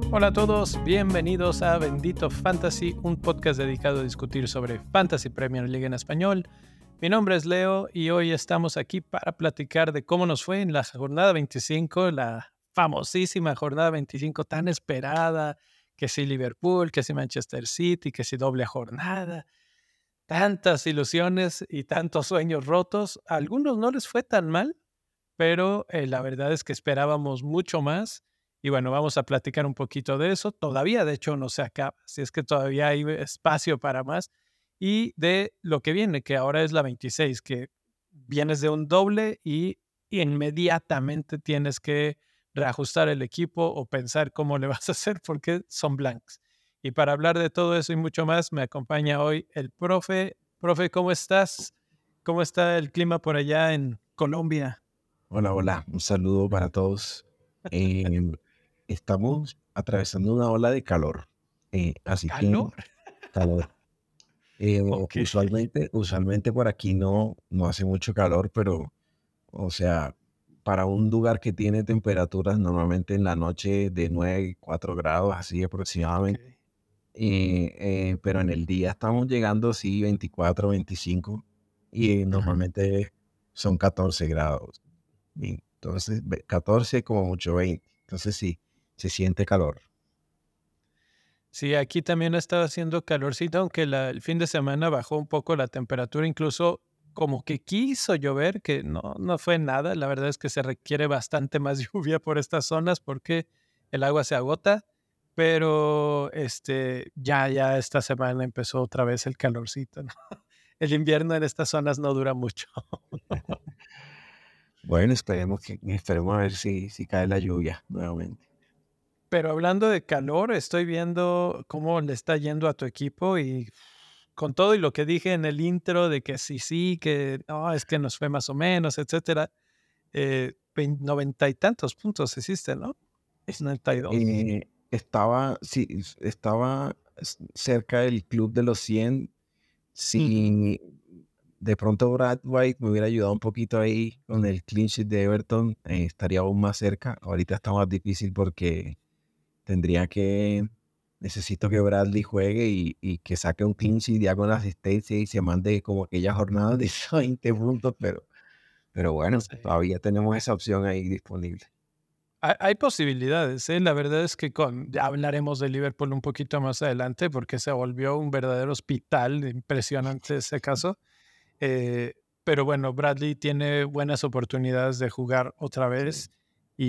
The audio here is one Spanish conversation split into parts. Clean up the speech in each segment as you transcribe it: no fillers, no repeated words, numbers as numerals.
Hola a todos, bienvenidos a Bendito Fantasy, un podcast dedicado a discutir sobre Fantasy Premier League en español. Mi nombre es Leo y hoy estamos aquí para platicar de cómo nos fue en la jornada 25, la famosísima jornada 25 tan esperada, que si Liverpool, que si Manchester City, que si doble jornada. Tantas ilusiones y tantos sueños rotos. A algunos no les fue tan mal, pero la verdad es que esperábamos mucho más. Y bueno, vamos a platicar un poquito de eso. Todavía, de hecho, no se acaba, si es que todavía hay espacio para más. Y de lo que viene, que ahora es la 26, que vienes de un doble y inmediatamente tienes que reajustar el equipo o pensar cómo le vas a hacer porque son blanks. Y para hablar de todo eso y mucho más, me acompaña hoy el profe. Profe, ¿cómo estás? ¿Cómo está el clima por allá en Colombia? Hola, hola, un saludo para todos. Em, Estamos atravesando una ola de calor, así que ¿Calor? calor. Ok. Usualmente por aquí no hace mucho calor, pero, o sea, para un lugar que tiene temperaturas normalmente en la noche de 9, 4 grados, así Ok. aproximadamente, pero en el día estamos llegando, sí, 24, 25, y Ujú. normalmente son 14 grados. Y entonces, 14 como mucho 20. Entonces sí, se siente calor. Sí, aquí también ha estado haciendo calorcito, aunque el fin de semana bajó un poco la temperatura, incluso como que quiso llover, que no fue nada. La verdad es que se requiere bastante más lluvia por estas zonas porque el agua se agota, pero ya esta semana empezó otra vez el calorcito, ¿no? El invierno en estas zonas no dura mucho. Bueno, esperemos a ver si cae la lluvia nuevamente. Pero hablando de calor, estoy viendo cómo le está yendo a tu equipo y con todo y lo que dije en el intro de que sí, que no, es que nos fue más o menos, etcétera, 90 y tantos puntos hiciste, ¿no? Es- 92. sí, estaba cerca del club de los 100. Ujú. Si de pronto Brad White me hubiera ayudado un poquito ahí con el clean sheet de Everton, estaría aún más cerca. Ahorita está más difícil porque Tendría que necesito que Bradley juegue y que saque un clean sheet ya con la asistencia y se mande como aquella jornada de 20 puntos, pero bueno, Sí. todavía tenemos esa opción ahí disponible. Hay posibilidades, ¿eh? La verdad es que ya hablaremos de Liverpool un poquito más adelante porque se volvió un verdadero hospital, impresionante ese caso. Eh, pero bueno, Bradley tiene buenas oportunidades de jugar otra Sí, vez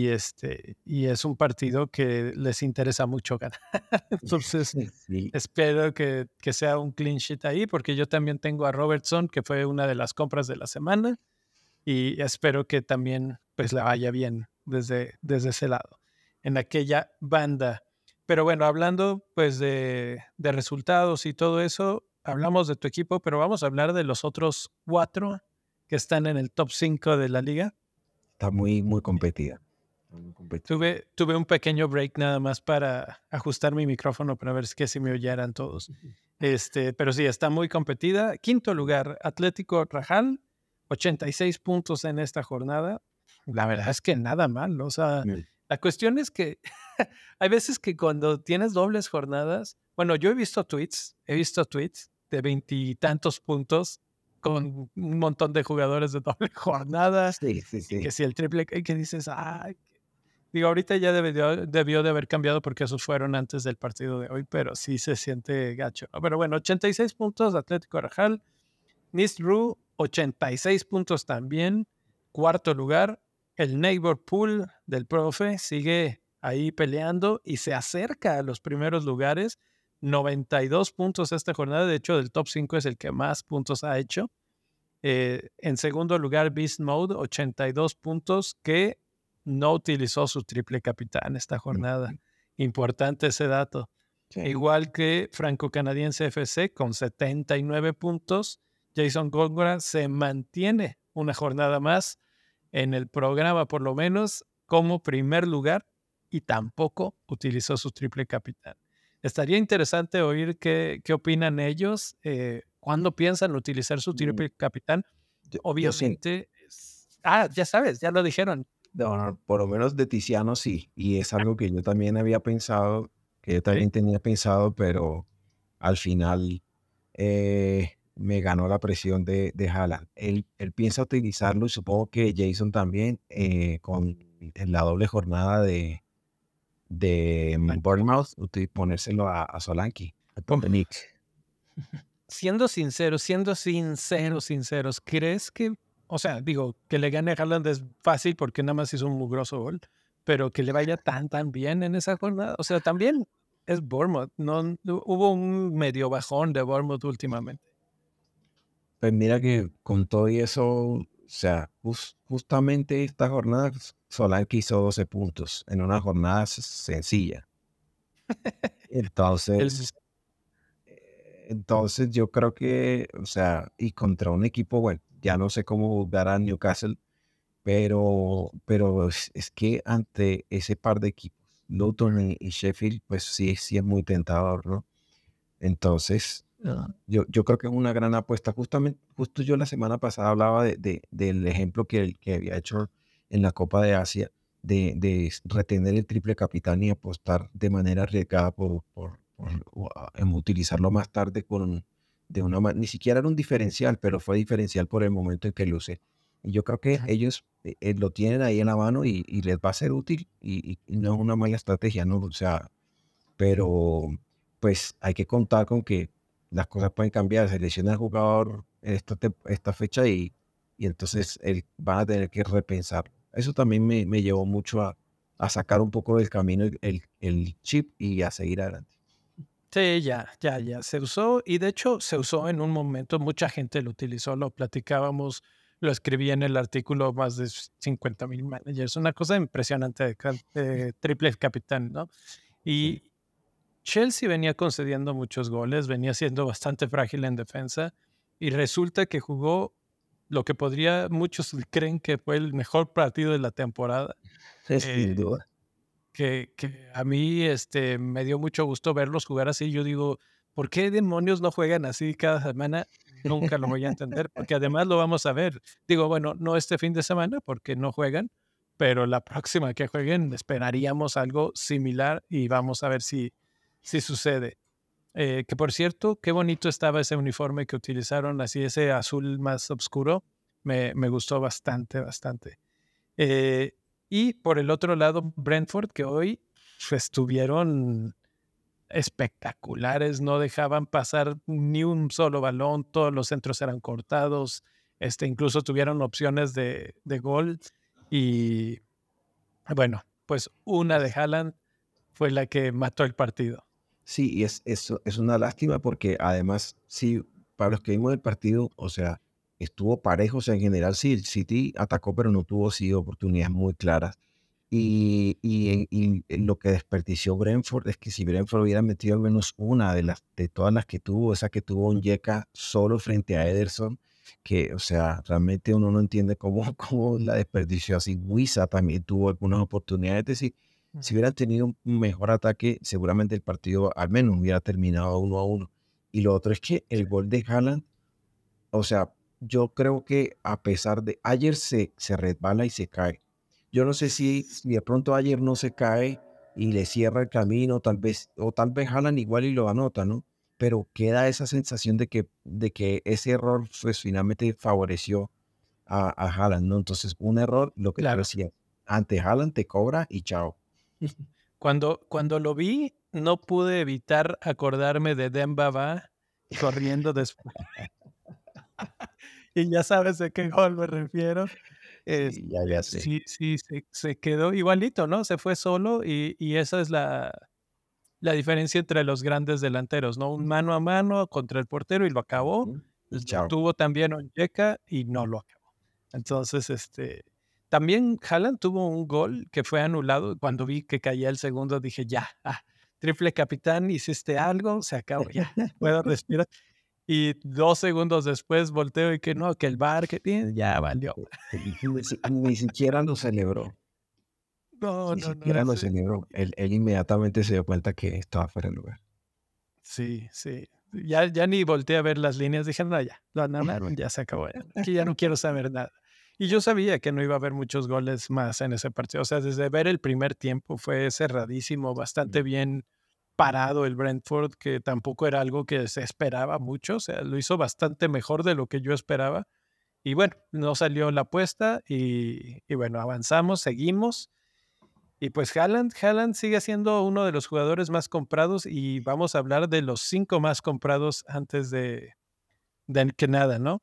y es un partido que les interesa mucho ganar. Entonces, sí, espero que sea un clean sheet ahí, porque yo también tengo a Robertson, que fue una de las compras de la semana, y espero que también pues le vaya bien desde ese lado, en aquella banda. Pero bueno, hablando pues de resultados y todo eso, hablamos de tu equipo, pero vamos a hablar de los otros 4 que están en el top 5 de la liga. está muy, muy competida. Muy competida. Tuve un pequeño break nada más para ajustar mi micrófono para ver si me oyeran todos. Pero sí, está muy competida. Quinto lugar, Atlético Rajal, 86 puntos en esta jornada. La verdad es que nada mal. O sea, Mm, la cuestión es que hay veces que cuando tienes dobles jornadas, bueno, yo he visto tweets de veintitantos puntos con un montón de jugadores de doble jornada Sí, sí, y que sí. si el triple, y que dices, ay, digo, ahorita ya debió de haber cambiado porque esos fueron antes del partido de hoy, pero sí se siente gacho, ¿no? Pero bueno, 86 puntos Atlético Rajal, Nistru 86 puntos también, cuarto lugar. El Neighbor Pool del profe sigue ahí peleando y se acerca a los primeros lugares. 92 puntos esta jornada, de hecho del top 5 es el que más puntos ha hecho. En segundo lugar, Beast Mode, 82 puntos, que no utilizó su triple capitán esta Mm, jornada. Importante ese dato. sí. Igual que Franco Canadiense FC con 79 puntos. Jason Góngora se mantiene una jornada más en el programa, por lo menos, como primer lugar y tampoco utilizó su triple capitán. Estaría interesante oír qué opinan ellos, cuándo piensan utilizar su Mm, triple capitán. yo sí. Obviamente, ya sabes, ya lo dijeron. No, no, por lo menos de Tiziano sí, y es algo que yo también había pensado, que yo Ok. también tenía pensado, pero al final me ganó la presión de Haaland. Él piensa utilizarlo y supongo que Jason también en la doble jornada de Bournemouth, ponérselo a Solanke, a Uf. Dominic. Siendo sinceros, ¿crees que, o sea, digo, que le gane a Haaland es fácil porque nada más hizo un mugroso gol, pero que le vaya tan bien en esa jornada? O sea, también es Bournemouth, no hubo un medio bajón de Bournemouth últimamente. Pues mira que con todo y eso, o sea, justamente esta jornada Solanke hizo 12 puntos en una jornada sencilla. El, Entonces yo creo que, o sea, y contra un equipo, bueno, ya no sé cómo jugar a Newcastle, pero es que ante ese par de equipos, Luton y Sheffield, pues sí es muy tentador, ¿no? Entonces, yo creo que es una gran apuesta. Justo yo la semana pasada hablaba del ejemplo que había hecho en la Copa de Asia, de retener el triple capitán y apostar de manera arriesgada utilizarlo más tarde ni siquiera era un diferencial, pero fue diferencial por el momento en que lo usé. Y yo creo que ellos lo tienen ahí en la mano y les va a ser útil y no es una mala estrategia, ¿no? O sea, pero pues hay que contar con que las cosas pueden cambiar. Se lesiona el jugador esta fecha y entonces van a tener que repensar. Eso también me llevó mucho a sacar un poco del camino el chip y a seguir adelante. sí, ya se usó y de hecho se usó en un momento, mucha gente lo utilizó, lo platicábamos, lo escribí en el artículo, más de 50,000 managers, una cosa impresionante de triple capitán, ¿no? Sí. Y Chelsea venía concediendo muchos goles, venía siendo bastante frágil en defensa y resulta que jugó lo que muchos creen que fue el mejor partido de la temporada. Sin eh, duda. que a mí, me dio mucho gusto verlos jugar así. Yo digo, ¿por qué demonios no juegan así cada semana? Nunca lo voy a entender, porque además lo vamos a ver. Digo, bueno, no este fin de semana porque no juegan, pero la próxima que jueguen esperaríamos algo similar y vamos a ver si sucede. Que por cierto, qué bonito estaba ese uniforme que utilizaron, así ese azul más oscuro. Me gustó bastante, bastante. Eh, y por el otro lado, Brentford, que hoy estuvieron espectaculares, no dejaban pasar ni un solo balón, todos los centros eran cortados, incluso tuvieron opciones de gol y bueno, pues una de Haaland fue la que mató el partido. Sí, y es una lástima porque además, sí, para los que vimos el partido, o sea, estuvo parejo, o sea, en general sí, el City atacó, pero no tuvo sí oportunidades muy claras. Y lo que desperdició Brentford es que si Brentford hubiera metido al menos una de todas las que tuvo, esa que tuvo Onyeka solo frente a Ederson, que, o sea, realmente uno no entiende cómo, cómo la desperdició así. Wisa también tuvo algunas oportunidades, es decir, si hubieran tenido un mejor ataque, seguramente el partido al menos hubiera terminado 1-1. Y lo otro es que el gol de Haaland, o sea, yo creo que a pesar de ayer se resbala y se cae. Yo no sé si de pronto ayer no se cae y le cierra el camino, tal vez, o tal vez Haaland igual y lo anota, ¿no? Pero queda esa sensación de que ese error pues finalmente favoreció a Haaland, ¿no? Entonces, un error, lo que tú Claro. decías, ante Haaland te cobra y chao. Cuando lo vi, no pude evitar acordarme de Demba Ba corriendo después. Y ya sabes de qué gol me refiero. Sí, ya sé. Sí, se quedó igualito, ¿no? Se fue solo y esa es la diferencia entre los grandes delanteros, ¿no? Un mano a mano contra el portero y lo acabó. Ujú. Y Lo chao. tuvo también Onyeka y no lo acabó. Entonces, también Haaland tuvo un gol que fue anulado. Cuando vi que caía el segundo, dije: "Ya, triple capitán, hiciste algo, se acabó, ya, puedo respirar". Y 2 segundos después volteo y que no, que el VAR, que ya valió. Ni siquiera lo celebró. No, Ni no, no, siquiera lo celebró. Él inmediatamente se dio cuenta que estaba fuera de lugar. sí, sí. Ya ni volteé a ver las líneas, dije: "No, ya, lo anularon, ya se acabó, ya, aquí ya no quiero saber nada". Y yo sabía que no iba a haber muchos goles más en ese partido. O sea, desde ver el primer tiempo fue cerradísimo, bastante bien parado el Brentford, que tampoco era algo que se esperaba mucho. O sea, lo hizo bastante mejor de lo que yo esperaba. Y bueno, no salió la apuesta y bueno, avanzamos, seguimos. Y pues Haaland sigue siendo uno de los jugadores más comprados y vamos a hablar de los 5 más comprados antes de que nada, ¿no?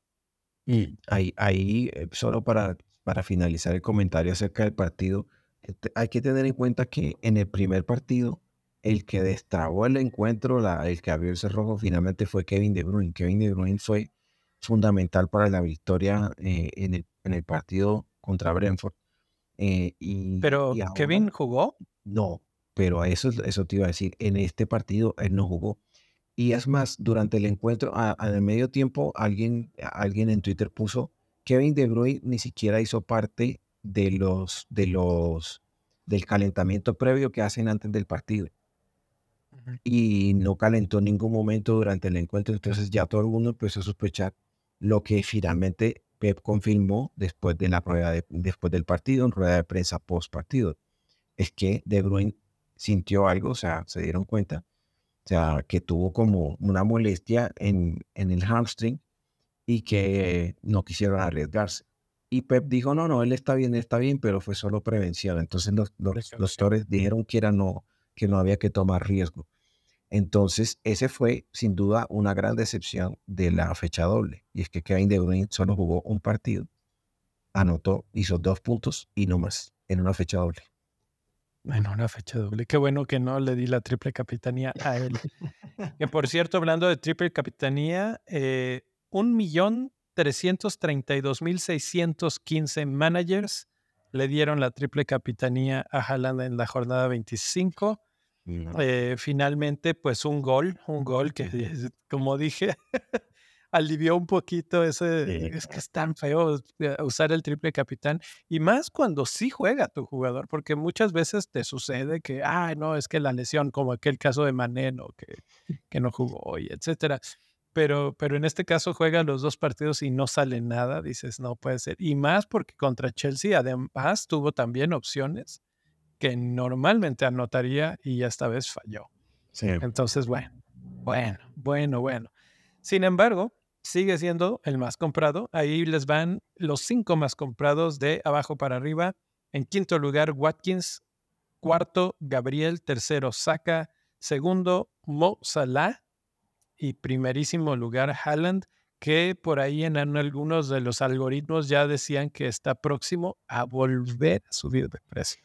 Solo para finalizar el comentario acerca del partido, hay que tener en cuenta que en el primer partido, el que destrabó el encuentro, el que abrió el cerrojo finalmente fue Kevin De Bruyne. Kevin De Bruyne fue fundamental para la victoria en el partido contra Brentford. Y Pero ahora Kevin jugó. no, pero eso te iba a decir, en este partido él no jugó. Y es más, durante el encuentro, en el medio tiempo, alguien en Twitter puso, Kevin De Bruyne ni siquiera hizo parte del calentamiento previo que hacen antes del partido. Ujú. Y no calentó en ningún momento durante el encuentro. Entonces ya todo el mundo empezó a sospechar lo que finalmente Pep confirmó después del partido, en rueda de prensa post partido. Es que De Bruyne sintió algo, o sea, se dieron cuenta, o sea, que tuvo como una molestia en el hamstring y que no quisieron arriesgarse. Y Pep dijo, no, él está bien, pero fue solo prevención. Entonces los Precaución. Torres dijeron que no había que tomar riesgo. Entonces ese fue sin duda una gran decepción de la fecha doble. Y es que Kevin De Bruyne solo jugó un partido, anotó, hizo 2 puntos y no más en una fecha doble. Bueno, una fecha doble. Qué bueno que no le di la triple capitanía a él. Que por cierto, hablando de triple capitanía, 1.332.615 managers le dieron la triple capitanía a Haaland en la jornada 25. No. Finalmente, pues un gol que, como dije, alivió un poquito ese, es que es tan feo usar el triple capitán y más cuando sí juega tu jugador, porque muchas veces te sucede que, no, es que la lesión, como aquel caso de Mané, ¿no? Que no jugó y etcétera. Pero en este caso juega los 2 partidos y no sale nada, dices, no puede ser. Y más porque contra Chelsea además tuvo también opciones que normalmente anotaría y esta vez falló. Sí. Entonces, bueno. Sin embargo, sigue siendo el más comprado. Ahí les van los 5 más comprados de abajo para arriba. En quinto lugar, Watkins. Cuarto, Gabriel. Tercero, Saka. Segundo, Mo Salah. Y primerísimo lugar, Haaland, que por ahí en algunos de los algoritmos ya decían que está próximo a volver a subir de precio.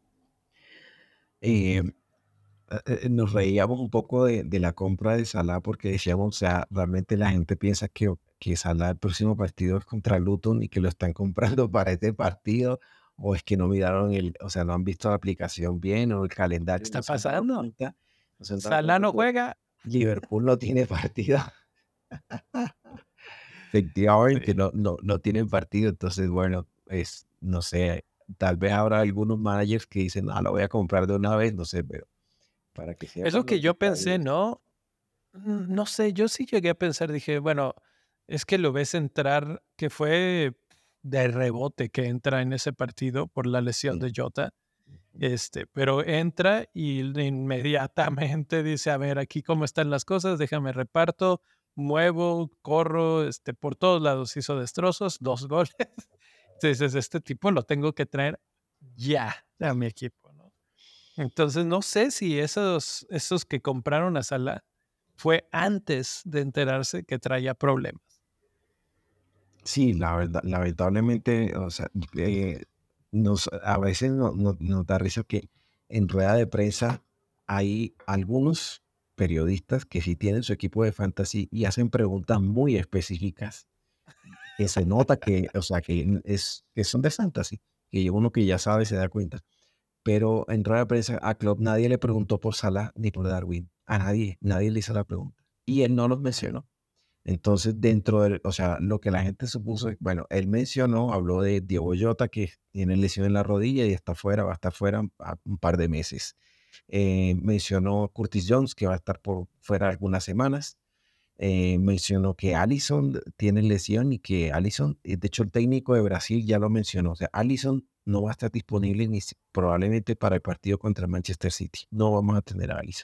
Eh, Nos reíamos un poco de la compra de Salah porque decíamos, o sea, realmente la gente piensa que Salah el próximo partido es contra Luton y que lo están comprando para este partido, o es que no miraron o sea, no han visto la aplicación bien o el calendario, ¿Está pasando? no se han dado Salah cuenta no que juega. Liverpool no tiene partido. Sí. Efectivamente, no tienen partido, entonces, bueno, no sé, tal vez habrá algunos managers que dicen, lo voy a comprar de una vez, no sé, pero para que Es lo sepan que los yo pensé, detalles. ¿no? No sé, yo sí llegué a pensar, dije, bueno, es que lo ves entrar, que fue de rebote que entra en ese partido por la lesión Sí. de Jota, pero entra y inmediatamente dice, a ver, aquí cómo están las cosas, déjame reparto, muevo, corro, por todos lados hizo destrozos, 2 goles. Entonces, este tipo lo tengo que traer ya a mi equipo, ¿no? Entonces, no sé si esos que compraron a Salah fue antes de enterarse que traía problemas. Sí, la verdad, lamentablemente, o sea, a veces nos da risa que en rueda de prensa hay algunos periodistas que sí tienen su equipo de fantasy y hacen preguntas muy específicas que se nota que, o sea, que son de fantasy, que uno que ya sabe se da cuenta. Pero en rueda de prensa a Klopp nadie le preguntó por Salah ni por Darwin. A nadie le hizo la pregunta. Y él no los mencionó. Entonces, o sea, lo que la gente supuso, bueno, él mencionó, habló de Diego Jota, que tiene lesión en la rodilla y está fuera, va a estar fuera un par de meses. Mencionó Curtis Jones, que va a estar fuera algunas semanas. mencionó que Alisson tiene lesión y que Alisson, de hecho el técnico de Brasil ya lo mencionó, o sea, Alisson no va a estar disponible probablemente para el partido contra el Manchester City, no vamos a tener a Alisson.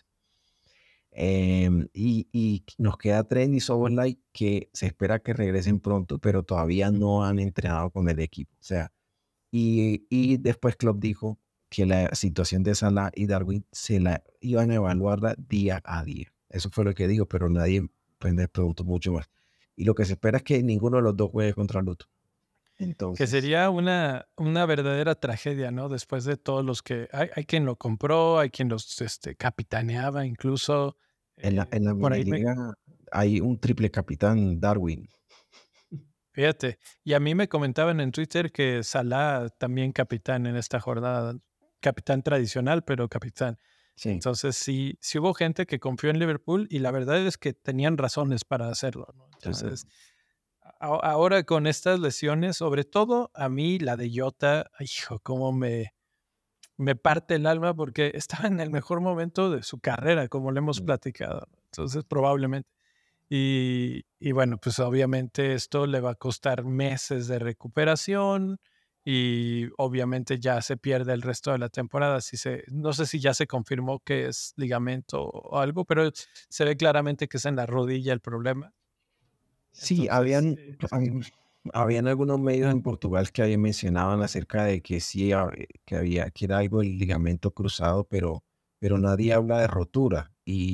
Y nos queda Trent y Szoboszlai que se espera que regresen pronto, pero todavía no han entrenado con el equipo, o sea, y después Klopp dijo que la situación de Salah y Darwin se la iban a evaluarla día a día. Eso fue lo que dijo, pero nadie pues, le preguntó mucho más. Y lo que se espera es que ninguno de los dos juegue contra Luton. Que Entonces, sería una verdadera tragedia, ¿no? Después de todos los que... Hay quien lo compró, hay quien los capitaneaba incluso. en la Por mini ahí liga hay un triple capitán, Darwin. fíjate, y a mí me comentaban en Twitter que Salah también capitán en esta jornada, capitán tradicional, pero capitán. Sí, Entonces sí hubo gente que confió en Liverpool y la verdad es que tenían razones para hacerlo, ¿no? claro. Entonces, ahora con estas lesiones, sobre todo a mí la de Jota, ay, hijo, cómo me parte el alma porque estaba en el mejor momento de su carrera, como le hemos Mm. platicado, ¿no? Entonces, probablemente. Y bueno, pues obviamente esto le va a costar meses de recuperación y obviamente ya se pierde el resto de la temporada. No sé si ya se confirmó que es ligamento o algo, pero se ve claramente que es en la rodilla el problema. Sí, Entonces, habían algunos medios en Portugal que habían mencionaban acerca de que sí, que era algo el ligamento cruzado, pero nadie habla de rotura.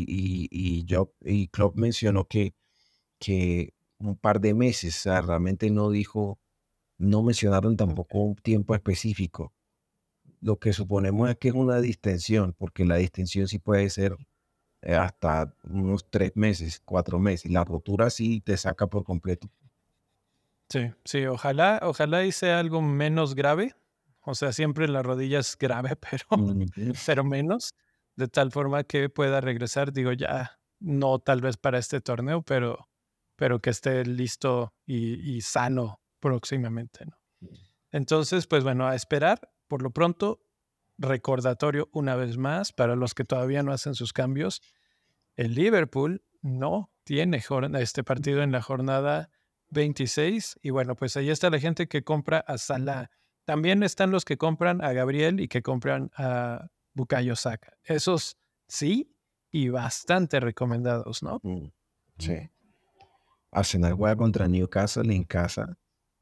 Y Klopp mencionó que un par de meses, o sea, realmente no mencionaron tampoco un tiempo específico. Lo que suponemos es que es una distensión, porque la distensión sí puede ser hasta unos 3 meses, 4 meses. La rotura sí te saca por completo. sí, sí, ojalá y sea algo menos grave. O sea, siempre la rodilla es grave, Ujú. pero menos, de tal forma que pueda regresar, digo, ya, no tal vez para este torneo, pero que esté listo y sano próximamente, ¿no? Entonces, pues bueno, a esperar. Por lo pronto, recordatorio una vez más para los que todavía no hacen sus cambios, el Liverpool no tiene este partido en la jornada 26 y bueno, pues ahí está la gente que compra a Salah. También están los que compran a Gabriel y que compran a Bukayo Saka. Esos sí y bastante recomendados, ¿no? Mm, sí. Arsenal juega contra Newcastle en casa.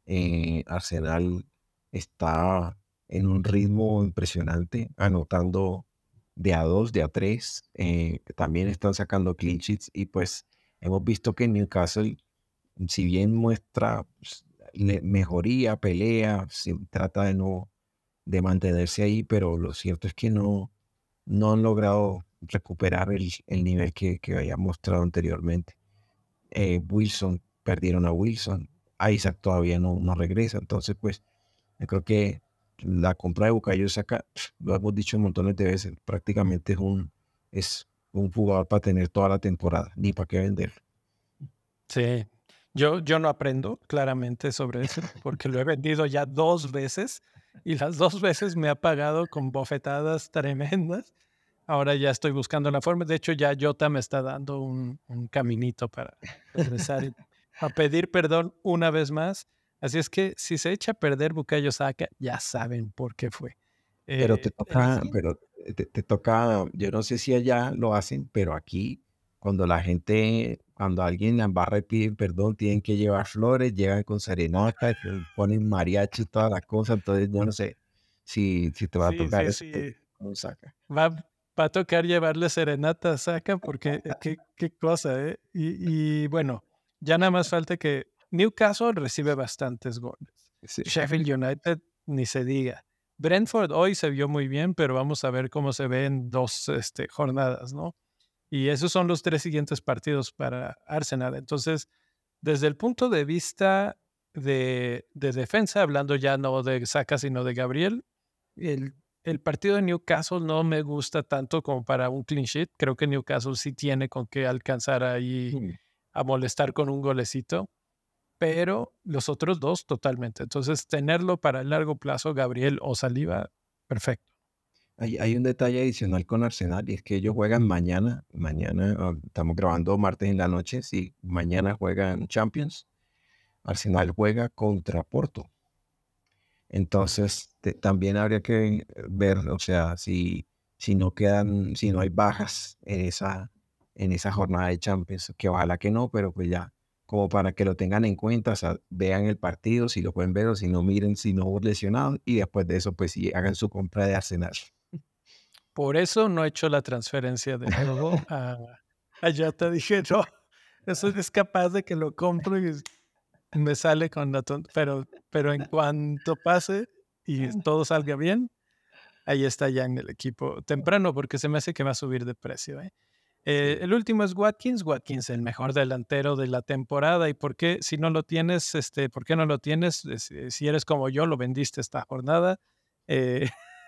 Arsenal está en un ritmo impresionante, anotando de a dos, de a tres. Que también están sacando clean sheets y pues hemos visto que Newcastle, si bien muestra pues, mejoría, pelea, trata de mantenerse ahí, pero lo cierto es que no han logrado recuperar el nivel que había mostrado anteriormente. Wilson, perdieron a Wilson, Isaac todavía no regresa, entonces pues yo creo que la compra de Bukayo Saka, lo hemos dicho montones de veces, prácticamente es un jugador para tener toda la temporada, ni para qué vender. Sí, yo no aprendo claramente sobre eso porque lo he vendido ya 2 veces y las 2 veces me ha pagado con bofetadas tremendas. Ahora ya estoy buscando la forma. De hecho, ya Jota me está dando un caminito para regresar y a pedir perdón una vez más. Así es que si se echa a perder Bukayo Saka, ya saben por qué fue. Pero te El toca, siguiente. pero te toca, yo no sé si allá lo hacen, pero aquí, cuando alguien la embarra y pide perdón, tienen que llevar flores, llegan con serenata, ponen mariachi y todas las cosas, entonces yo no sé si te va a Sí, tocar sí, eso, sí. ¿cómo saca? Va a tocar llevarle serenata a Saka porque qué cosa, ¿eh? Y bueno, ya nada más falta que Newcastle recibe bastantes goles. Sí. Sheffield United, ni se diga. Brentford hoy se vio muy bien, pero vamos a ver cómo se ve en 2 jornadas, ¿no? Y esos son los 3 siguientes partidos para Arsenal. Entonces, desde el punto de vista de defensa, hablando ya no de Saka, sino de Gabriel, el, el partido de Newcastle no me gusta tanto como para un clean sheet. Creo que Newcastle sí tiene con qué alcanzar ahí Mm. a molestar con un golecito, pero los otros dos totalmente. Entonces, tenerlo para el largo plazo, Gabriel o Saliba, perfecto. hay un detalle adicional con Arsenal y es que ellos juegan mañana. Mañana, estamos grabando martes en la noche. Sí, mañana juegan Champions. Arsenal juega contra Porto. Entonces, también habría que ver, o sea, si no quedan, si no hay bajas en esa jornada de Champions, que ojalá que no, pero pues ya, como para que lo tengan en cuenta, o sea, vean el partido, si lo pueden ver o si no, miren si no hubo lesionados y después de eso, pues sí, hagan su compra de Arsenal. Por eso no he hecho la transferencia de nuevo a Jota. Dije, no, eso es capaz de que lo compro y me sale con la pero en cuanto pase y todo salga bien, ahí está ya en el equipo temprano, porque se me hace que va a subir de precio, ¿eh? Sí. El último es Watkins. Watkins, el mejor delantero de la temporada. ¿Y por qué, si no lo tienes, por qué no lo tienes? Si eres como yo, lo vendiste esta jornada eh,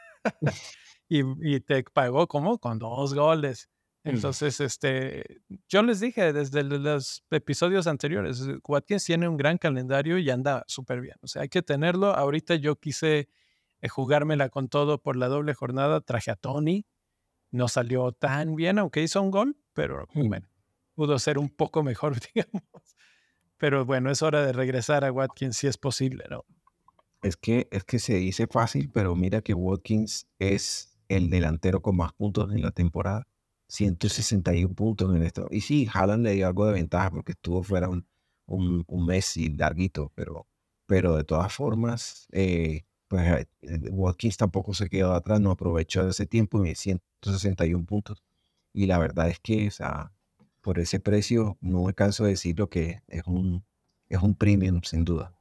y te pagó como con 2 goles. Entonces, yo les dije desde los episodios anteriores, Watkins tiene un gran calendario y anda súper bien. O sea, hay que tenerlo. Ahorita yo quise jugármela con todo por la doble jornada. Traje a Tony, no salió tan bien, aunque hizo un gol, pero bueno, pudo ser un poco mejor, digamos. Pero bueno, es hora de regresar a Watkins si es posible, ¿no? Es que se dice fácil, pero mira que Watkins es el delantero con más puntos en la temporada. Sí. 161 puntos en esto. Y sí, Haaland le dio algo de ventaja porque estuvo fuera un mes y larguito, pero de todas formas, pues Watkins tampoco se quedó atrás, no aprovechó ese tiempo y 161 puntos. Y la verdad es que, o sea, por ese precio, no me canso de decirlo que es un premium, sin duda.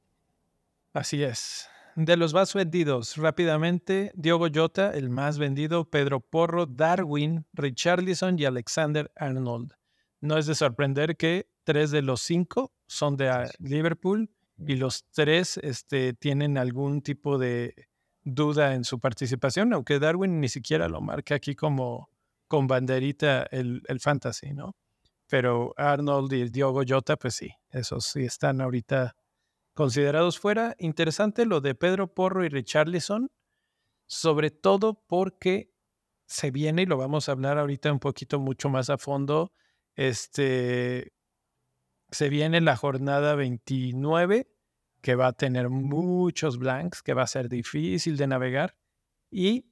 Así es. De los más vendidos, rápidamente, Diogo Jota, el más vendido, Pedro Porro, Darwin, Richarlison y Alexander Arnold. No es de sorprender que 3 de los 5 son de Sí, sí. Liverpool y los 3 tienen algún tipo de duda en su participación, aunque Darwin ni siquiera lo marca aquí como con banderita el fantasy, ¿no? Pero Arnold y Diogo Jota, pues sí, esos sí están ahorita considerados fuera. Interesante lo de Pedro Porro y Richarlison, sobre todo porque se viene, y lo vamos a hablar ahorita un poquito mucho más a fondo, este, se viene la jornada 29, que va a tener muchos blanks, que va a ser difícil de navegar, y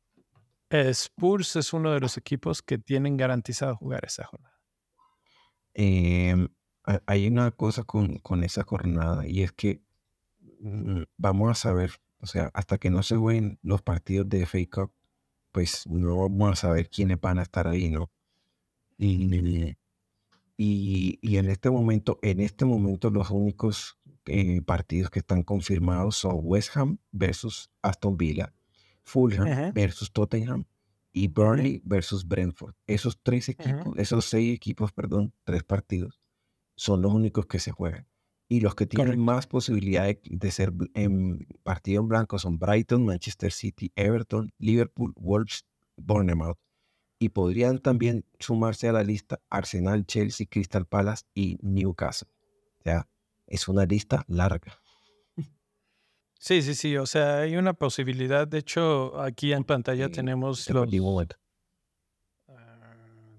Spurs es uno de los equipos que tienen garantizado jugar esa jornada. Em, Hay una cosa con esa jornada y es que vamos a saber, o sea, hasta que no se jueguen los partidos de FA Cup, pues no vamos a saber quiénes van a estar ahí, ¿no? Y, y en este momento los únicos partidos que están confirmados son West Ham versus Aston Villa, Fulham Ujú, versus Tottenham y ujú, Burnley versus Brentford. Esos tres ujú, equipos, esos seis equipos, perdón, tres partidos son los únicos que se juegan. Y los que tienen correcto. más posibilidad de ser en partido en blanco son Brighton, Manchester City, Everton, Liverpool, Wolves, Bournemouth. Y podrían también sumarse a la lista Arsenal, Chelsea, Crystal Palace y Newcastle. O sea, es una lista larga. Sí, sí, sí, o sea, hay una posibilidad. De hecho, aquí en pantalla tenemos Te perdí un los... momento. ah,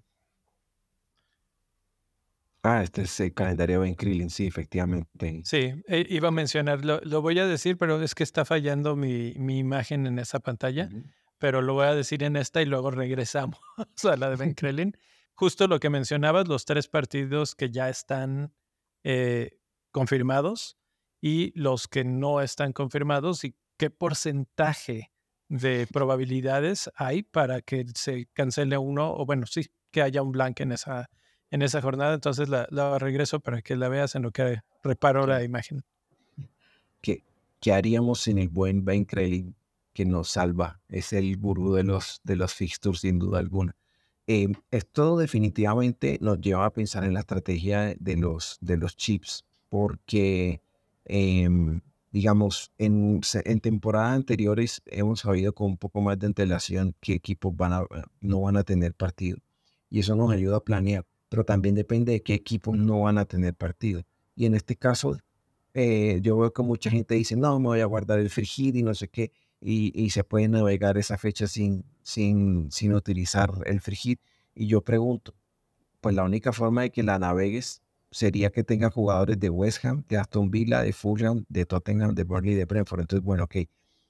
Este es el calendario de Ben Krillin, sí, efectivamente. sí, iba a mencionar, lo voy a decir, pero es que está fallando mi imagen en esa pantalla, Ujú. pero lo voy a decir en esta y luego regresamos a la de Ben Krellin. Justo lo que mencionabas, los 3 partidos que ya están confirmados y los que no están confirmados y qué porcentaje de probabilidades hay para que se cancele uno, o bueno, sí, que haya un blank en esa jornada. Entonces la regreso para que la veas en lo que reparo la ¿Qué, imagen. qué, qué haríamos sin el buen Ben Krillin que nos salva? Es el gurú de los fixtures, sin duda alguna. Esto definitivamente nos lleva a pensar en la estrategia de los chips, porque, em, digamos, en temporadas anteriores hemos sabido con un poco más de antelación qué equipos no van a tener partido. Y eso nos ayuda a planear, pero también depende de qué equipos no van a tener partido. Y en este caso, yo veo que mucha gente dice, no, me voy a guardar el free hit y no sé qué. y se puede navegar esa fecha sin utilizar el free hit. Y yo pregunto, pues la única forma de que la navegues sería que tenga jugadores de West Ham, de Aston Villa, de Fulham, de Tottenham, de Burnley, de Brentford. Entonces, bueno, ok.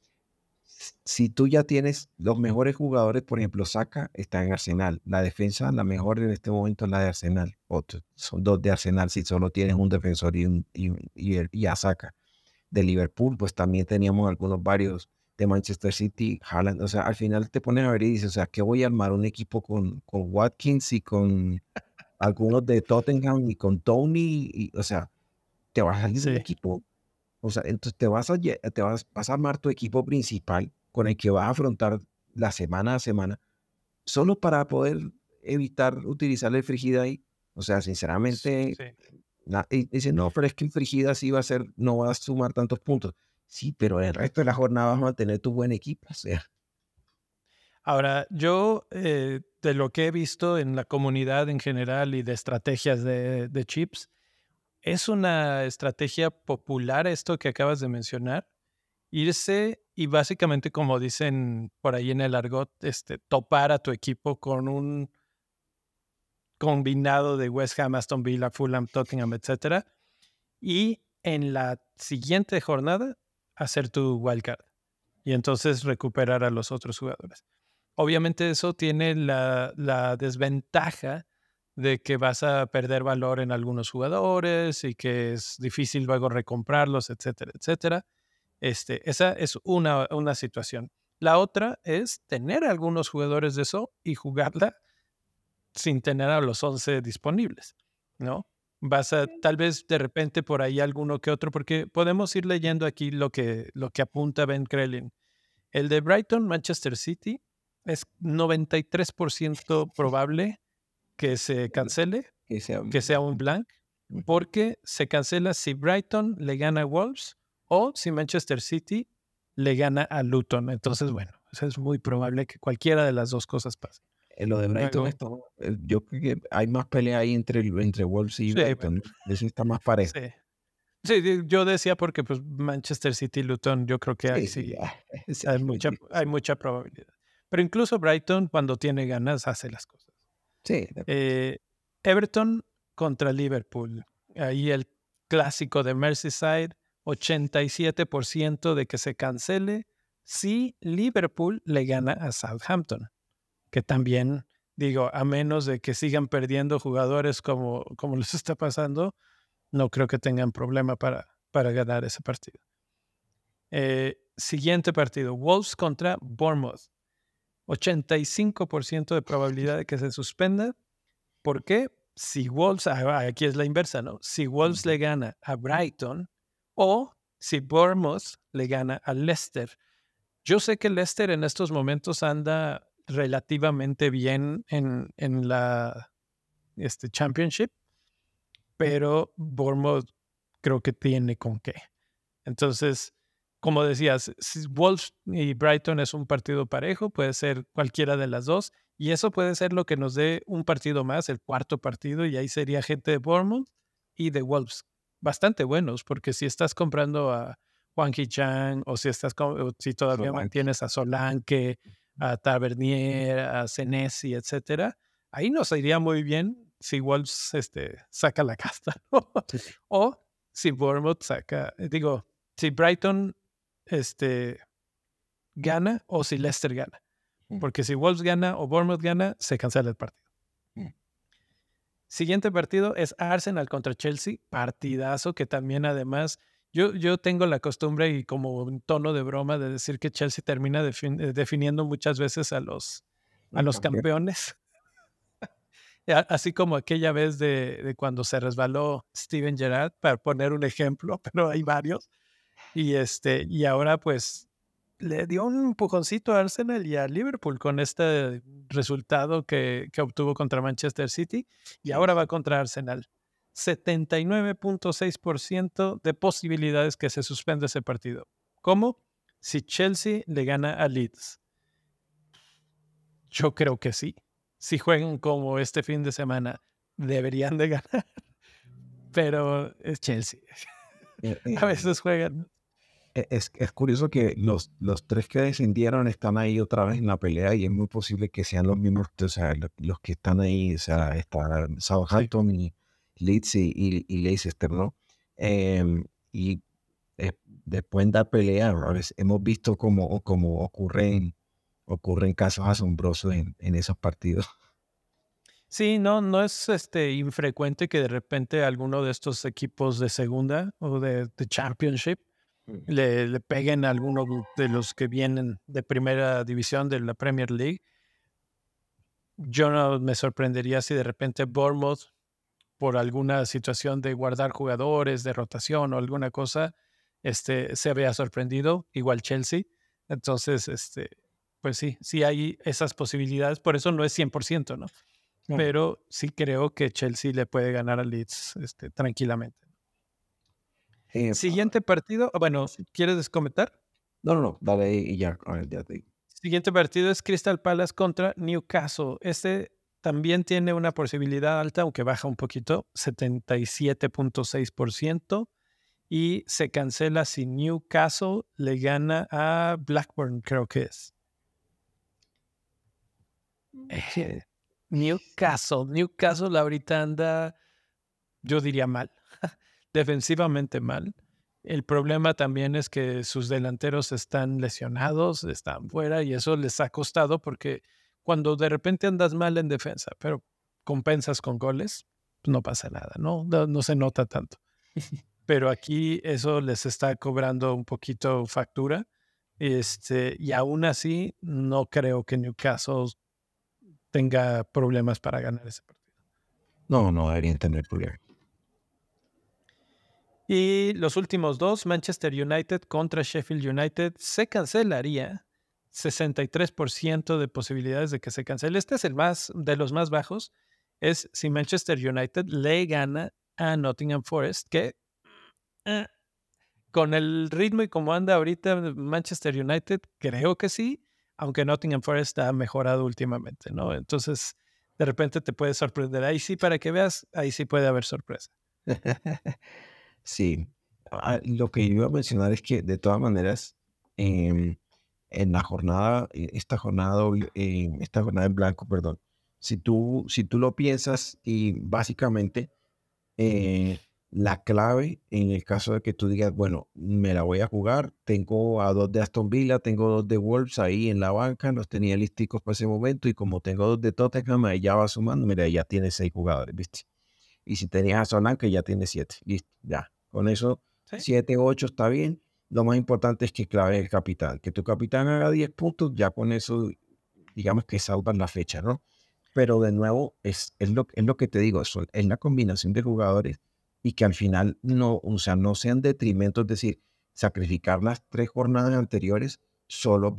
Si tú ya tienes los mejores jugadores, por ejemplo, Saka está en Arsenal. La defensa, la mejor en este momento es la de Arsenal. Son dos de Arsenal si solo tienes un defensor y a Saka. De Liverpool, pues también teníamos varios de Manchester City, Haaland. O sea, al final te pones a ver y dices, o sea, ¿qué voy a armar un equipo con Watkins y con algunos de Tottenham y con Tony? O sea, te vas a salir un Sí. equipo. O sea, entonces vas a armar tu equipo principal con el que vas a afrontar la semana a semana, solo para poder evitar utilizar el Frigida ahí. O sea, sinceramente, Sí. y dicen, no, pero es que el Frigida sí no va a sumar tantos puntos. Sí, pero el resto de la jornada vas a mantener tu buen equipo. O sea, Ahora, yo de lo que he visto en la comunidad en general y de estrategias de chips, es una estrategia popular esto que acabas de mencionar, irse y básicamente, como dicen por ahí en el argot, topar a tu equipo con un combinado de West Ham, Aston Villa, Fulham, Tottenham, etcétera, y en la siguiente jornada hacer tu wildcard y entonces recuperar a los otros jugadores. Obviamente eso tiene la desventaja de que vas a perder valor en algunos jugadores y que es difícil luego recomprarlos, etcétera, etcétera. Esa es una situación. La otra es tener algunos jugadores de eso y jugarla sin tener a los 11 disponibles, ¿no? Vas a, tal vez de repente por ahí alguno que otro, porque podemos ir leyendo aquí lo que apunta Ben Crellin. El de Brighton, Manchester City, es 93% probable que se cancele, que sea, que sea un blank, porque se cancela si Brighton le gana a Wolves o si Manchester City le gana a Luton. Entonces, bueno, es muy probable que cualquiera de las dos cosas pase. lo de Brighton Luego, está, yo creo que hay más pelea ahí entre Wolves y sí, Brighton, ¿no? Ese está más parejo. sí. Sí, yo decía porque pues Manchester City y Luton, yo creo que ahí Sí, sí, sí ya. Sí, hay muy hay difícil. mucha probabilidad. Pero incluso Brighton, cuando tiene ganas, hace las cosas. Sí, Eh, Everton contra Liverpool. Ahí el clásico de Merseyside, 87% de que se cancele si Liverpool le gana a Southampton, que también, digo, a menos de que sigan perdiendo jugadores como les está pasando, no creo que tengan problema para ganar ese partido. Siguiente partido, Wolves contra Bournemouth. 85% de probabilidad de que se suspenda. ¿Por qué? Si Wolves, aquí es la inversa, ¿no? Si Wolves le gana a Brighton o si Bournemouth le gana a Leicester. Yo sé que Leicester en estos momentos anda relativamente bien en la Championship, pero Bournemouth creo que tiene con qué. Entonces, como decías, si Wolves y Brighton es un partido parejo, puede ser cualquiera de las dos, y eso puede ser lo que nos dé un partido más, el cuarto partido, y ahí sería gente de Bournemouth y de Wolves. Bastante buenos, porque si estás comprando a Juan Chang o o si todavía Solanke. mantienes a Solanke, a Tavernier, a Senesi, etcétera, ahí nos iría muy bien si Wolves saca la casta, ¿no? Sí. O si Bournemouth saca, digo, si Brighton gana o si Leicester gana. Mm, Porque si Wolves gana o Bournemouth gana, se cancela el partido. mm. Siguiente partido es Arsenal contra Chelsea. Partidazo que también además yo tengo la costumbre y como un tono de broma de decir que Chelsea termina definiendo muchas veces a El los campeón. campeones. Así como aquella vez de cuando se resbaló Steven Gerrard, para poner un ejemplo, pero hay varios. Y ahora pues le dio un empujoncito a Arsenal y a Liverpool con este resultado que obtuvo contra Manchester City y Sí, ahora va sí. contra Arsenal. 79.6% de posibilidades que se suspenda ese partido. ¿Cómo? Si Chelsea le gana a Leeds. Yo creo que sí. Si juegan como este fin de semana, deberían de ganar, pero es Chelsea. Eh, A eh, veces juegan. Es curioso que los tres que descendieron están ahí otra vez en la pelea y es muy posible que sean los mismos, o sea, los que están ahí, o sea, está Sí. Southampton y Leeds y Leicester, ¿no? Y después de la pelea, a veces hemos visto cómo ocurren casos asombrosos en esos partidos. Sí, no es infrecuente que de repente alguno de estos equipos de segunda o de Championship Mm. le peguen a alguno de los que vienen de primera división de la Premier League. Yo no me sorprendería si de repente Bournemouth, por alguna situación de guardar jugadores, de rotación o alguna cosa, se había sorprendido, igual Chelsea. Entonces, pues sí, sí hay esas posibilidades, por eso no es 100%, ¿no? Claro. Pero sí creo que Chelsea le puede ganar a Leeds tranquilamente. Eh, ah, Siguiente partido, bueno, sí. ¿quieres comentar? No, no, no, dale ahí y ya, a ver, ya te digo. Siguiente partido es Crystal Palace contra Newcastle. Este también tiene una posibilidad alta, aunque baja un poquito, 77.6%, y se cancela si Newcastle le gana a Blackburn, creo que es. Sí. Newcastle ahorita anda, yo diría mal, defensivamente mal. El problema también es que sus delanteros están lesionados, están fuera y eso les ha costado porque cuando de repente andas mal en defensa, pero compensas con goles, pues no pasa nada, no se nota tanto. Pero aquí eso les está cobrando un poquito factura. Y aún así, no creo que Newcastle tenga problemas para ganar ese partido. No, no deberían tener problema. Y los últimos dos, Manchester United contra Sheffield United, se cancelaría. 63% de posibilidades de que se cancele. Este es el más de los más bajos. Es si Manchester United le gana a Nottingham Forest, que eh, con el ritmo y como anda ahorita Manchester United, creo que sí, aunque Nottingham Forest ha mejorado últimamente, ¿no? Entonces, de repente te puede sorprender. Ahí sí, para que veas, ahí sí puede haber sorpresa. Sí, lo que yo iba a mencionar es que de todas maneras, em, en la jornada, esta jornada en blanco, perdón, si tú lo piensas y básicamente eh, la clave en el caso de que tú digas, bueno, me la voy a jugar, tengo a dos de Aston Villa, tengo dos de Wolves ahí en la banca, los tenía listicos para ese momento y como tengo dos de Tottenham, ahí ya va sumando, mira, ya tiene 6 jugadores, ¿viste? Y si tenías a Solanke, ya tienes 7. Listo, ya. Con eso, Sí, 7 8 está bien. Lo más importante es que clave el capitán. Que tu capitán haga 10 puntos, ya con eso, digamos que salvan la fecha, ¿no? Pero de nuevo, es lo que te digo, es la combinación de jugadores y que al final no, o sea, no sean detrimentos, es decir, sacrificar las 3 jornadas anteriores solo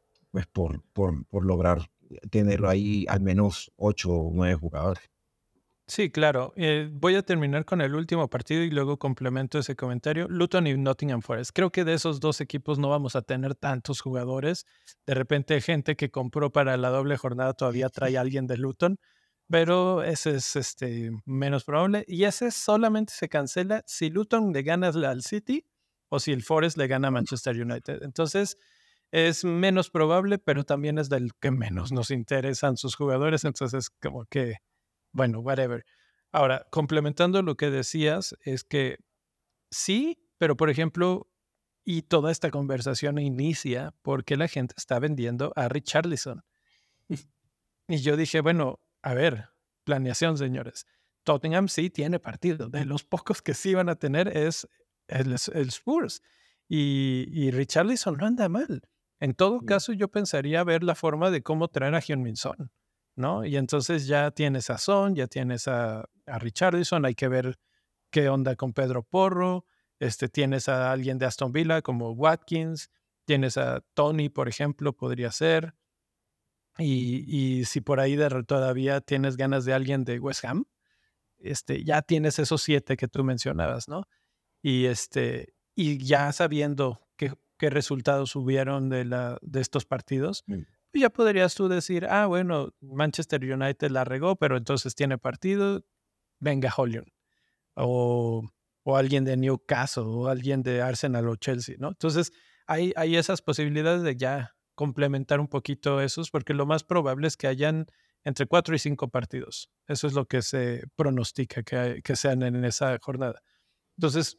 por lograr tenerlo ahí al menos 8 o 9 jugadores. sí, claro. Voy a terminar con el último partido y luego complemento ese comentario. Luton y Nottingham Forest. Creo que de esos dos equipos no vamos a tener tantos jugadores. De repente, gente que compró para la doble jornada todavía trae a alguien de Luton, pero ese es menos probable. Y ese solamente se cancela si Luton le gana al City o si el Forest le gana a Manchester United. Entonces, es menos probable, pero también es del que menos nos interesan sus jugadores. Entonces, como que bueno, whatever. Ahora, complementando lo que decías, es que sí, pero por ejemplo, y toda esta conversación inicia porque la gente está vendiendo a Richarlison. Y yo dije, bueno, a ver, planeación, señores. Tottenham sí tiene partido. De los pocos que sí van a tener es el Spurs. Y Richarlison no anda mal. En todo Mm. caso, yo pensaría ver la forma de cómo traer a Heung-min Son, ¿no? Y entonces ya tienes a Son, ya tienes a Richarlison, hay que ver qué onda con Pedro Porro, tienes a alguien de Aston Villa como Watkins, tienes a Tony, por ejemplo, podría ser, y si por ahí todavía tienes ganas de alguien de West Ham, ya tienes esos 7 que tú mencionabas, ¿no? Y ya sabiendo qué resultados hubieron de estos partidos, Mm. pues ya podrías tú decir, ah, bueno, Manchester United la regó, pero entonces tiene partido, venga Hollywood. O, o alguien de Newcastle o alguien de Arsenal o Chelsea, ¿no? Entonces, hay esas posibilidades de ya complementar un poquito esos, porque lo más probable es que hayan entre 4 y 5 partidos. Eso es lo que se pronostica que sean en esa jornada. Entonces,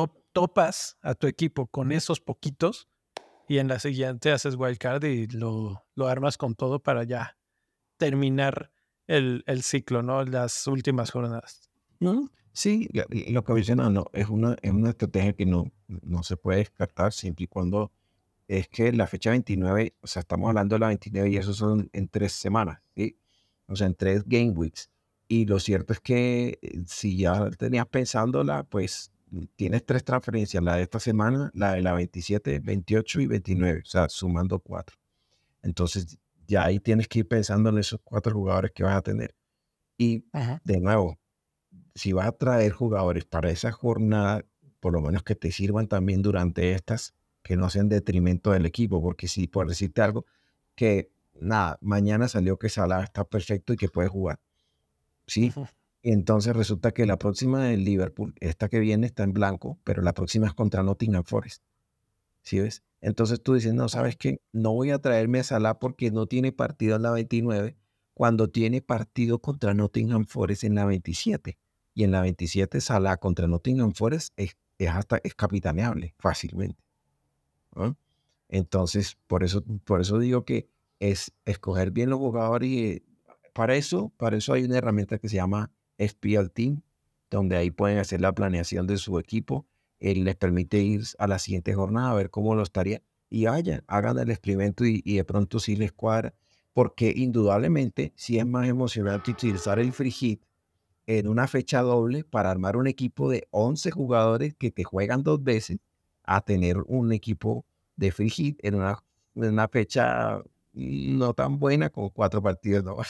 topas a tu equipo con esos poquitos y en la siguiente haces wildcard y lo armas con todo para ya terminar el ciclo, ¿no? Las últimas jornadas. ¿No? Sí, y lo que mencionas, no, es una estrategia que no se puede descartar siempre y cuando es que la fecha 29, o sea, estamos hablando de la 29 y eso son en 3 semanas, ¿sí? O sea, en 3 game weeks. Y lo cierto es que si ya tenías pensándola, pues tienes 3 transferencias, la de esta semana, la de la 27, 28 y 29, o sea, sumando 4. Entonces, ya ahí tienes que ir pensando en esos 4 jugadores que vas a tener. Y Ajá. de nuevo, si vas a traer jugadores para esa jornada, por lo menos que te sirvan también durante estas, que no sean detrimento del equipo, porque si por decirte algo, que nada, mañana salió que Salah está perfecto y que puede jugar, ¿sí? Ujú. Y entonces resulta que la próxima del Liverpool, esta que viene está en blanco, pero la próxima es contra Nottingham Forest, ¿sí ves? Entonces tú dices, no, ¿sabes qué? No voy a traerme a Salah porque no tiene partido en la 29, cuando tiene partido contra Nottingham Forest en la 27. Y en la 27 Salah contra Nottingham Forest es capitaneable fácilmente, ¿no? Entonces, por eso digo que es escoger bien los jugadores y para eso hay una herramienta que se llama FPL Team, donde ahí pueden hacer la planeación de su equipo. Él les permite ir a la siguiente jornada a ver cómo lo estaría y hagan el experimento y de pronto sí les cuadra, porque indudablemente sí es más emocionante utilizar el free hit en una fecha doble para armar un equipo de 11 jugadores que te juegan 2 veces a tener un equipo de free hit en una fecha no tan buena con 4 partidos, ¿no?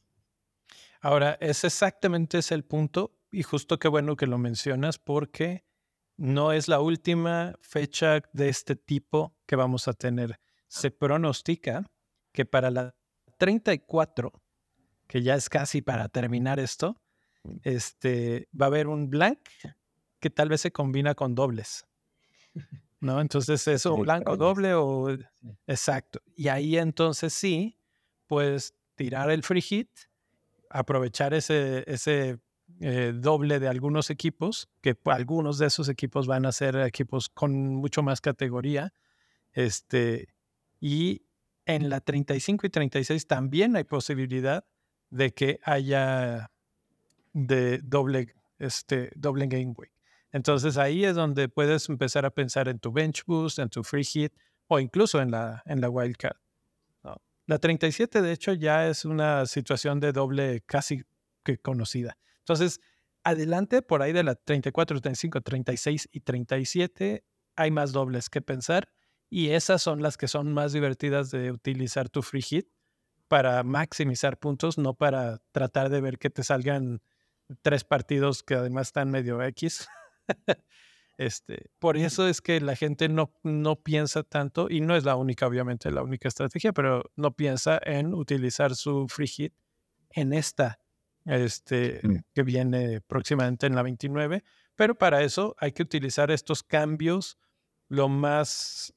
Ahora, exactamente ese el punto y justo qué bueno que lo mencionas porque no es la última fecha de este tipo que vamos a tener. Se pronostica que para la 34, que ya es casi para terminar esto, va a haber un blank que tal vez se combina con dobles, ¿no? Entonces eso, Sería blanco extraño. doble o Sí. exacto. Y ahí entonces sí, puedes tirar el free hit, aprovechar ese doble de algunos equipos, que algunos de esos equipos van a ser equipos con mucho más categoría. Este, y en la 35 y 36 también hay posibilidad de que haya de doble game week. Entonces ahí es donde puedes empezar a pensar en tu bench boost, en tu free hit o incluso en la wildcard, ¿no? La 37 de hecho ya es una situación de doble casi que conocida. Entonces, adelante por ahí de la 34, 35, 36 y 37 hay más dobles que pensar y esas son las que son más divertidas de utilizar tu free hit para maximizar puntos, no para tratar de ver que te salgan 3 partidos que además están medio X. Por eso es que la gente no piensa tanto, y no es la única, obviamente, la única estrategia, pero no piensa en utilizar su free hit en esta, Mm. que viene próximamente en la 29. Pero para eso hay que utilizar estos cambios lo más,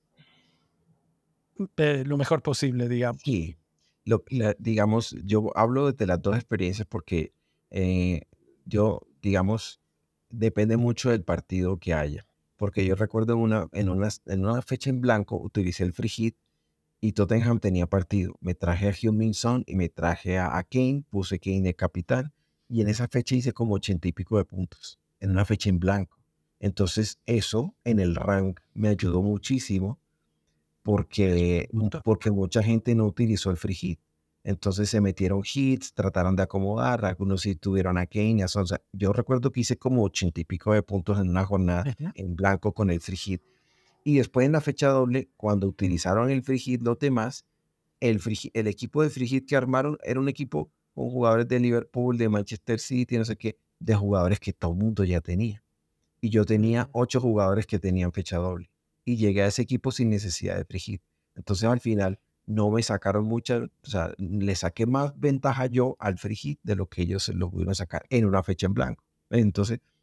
lo mejor posible, digamos. Sí, digamos, yo hablo desde las 2 experiencias porque eh, yo, digamos, depende mucho del partido que haya. Porque yo recuerdo en una fecha en blanco utilicé el free hit y Tottenham tenía partido. Me traje a Heung-min Son y me traje a Kane, puse Kane de capitán y en esa fecha hice como 80 y pico de puntos, en una fecha en blanco. Entonces eso en el rank me ayudó muchísimo Es un porque, buen punto. porque mucha gente no utilizó el free hit. Entonces se metieron hits, trataron de acomodar, algunos sí tuvieron a Kane y a Son. O sea, yo recuerdo que hice como 80 y pico de puntos en una jornada Ujú. en blanco con el free hit. Y después en la fecha doble, cuando utilizaron el free hit los demás, el equipo de free hit que armaron era un equipo con jugadores de Liverpool, de Manchester City, no sé qué, de jugadores que todo el mundo ya tenía. Y yo tenía Ujú. 8 jugadores que tenían fecha doble. Y llegué a ese equipo sin necesidad de free hit. Entonces al final no me sacaron mucha, o sea, le saqué más ventaja yo al free hit de lo que ellos se lo pudieron sacar en una fecha en blanco. Entonces,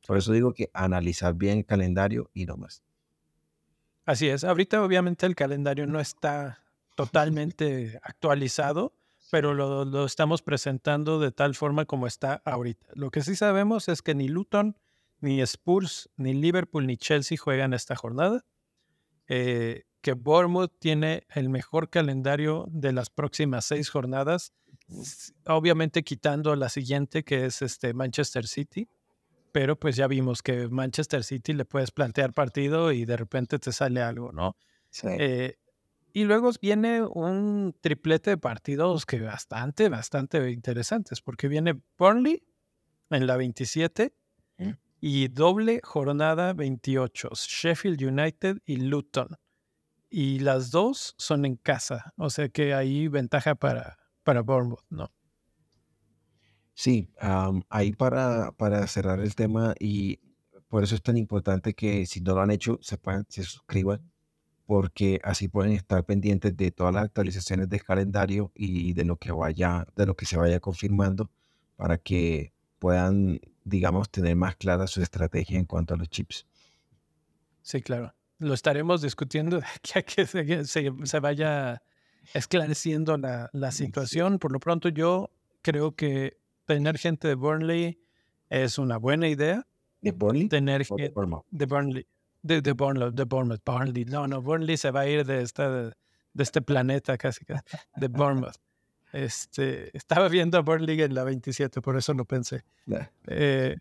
Por eso digo que analizar bien el calendario y no más. Así es. Ahorita obviamente el calendario no está totalmente actualizado, pero lo estamos presentando de tal forma como está ahorita. Lo que sí sabemos es que ni Luton, ni Spurs, ni Liverpool, ni Chelsea juegan esta jornada. Que Bournemouth tiene el mejor calendario de las próximas 6 jornadas, obviamente quitando la siguiente que es Manchester City, pero pues ya vimos que Manchester City le puedes plantear partido y de repente te sale algo, ¿no? Sí. Eh, y luego viene un triplete de partidos que bastante interesantes, porque viene Burnley en la 27 y doble jornada 28, Sheffield United y Luton. Y las dos son en casa, o sea que hay ventaja para Bournemouth, ¿no? Sí, ahí para cerrar el tema y por eso es tan importante que si no lo han hecho, se suscriban, porque así pueden estar pendientes de todas las actualizaciones del calendario y de lo que se vaya confirmando para que puedan, digamos, tener más clara su estrategia en cuanto a los chips. Sí, claro. Lo estaremos discutiendo de aquí a que se vaya esclareciendo la Sí. situación. Por lo pronto, yo creo que tener gente de Burnley es una buena idea. ¿De Burnley Tener o de gente Bournemouth? de Burnley, de Bournemouth. Burnley. No, Burnley se va a ir de este planeta casi, de Bournemouth. Estaba viendo a Burnley en la 27, por eso lo pensé. Nah. Eh,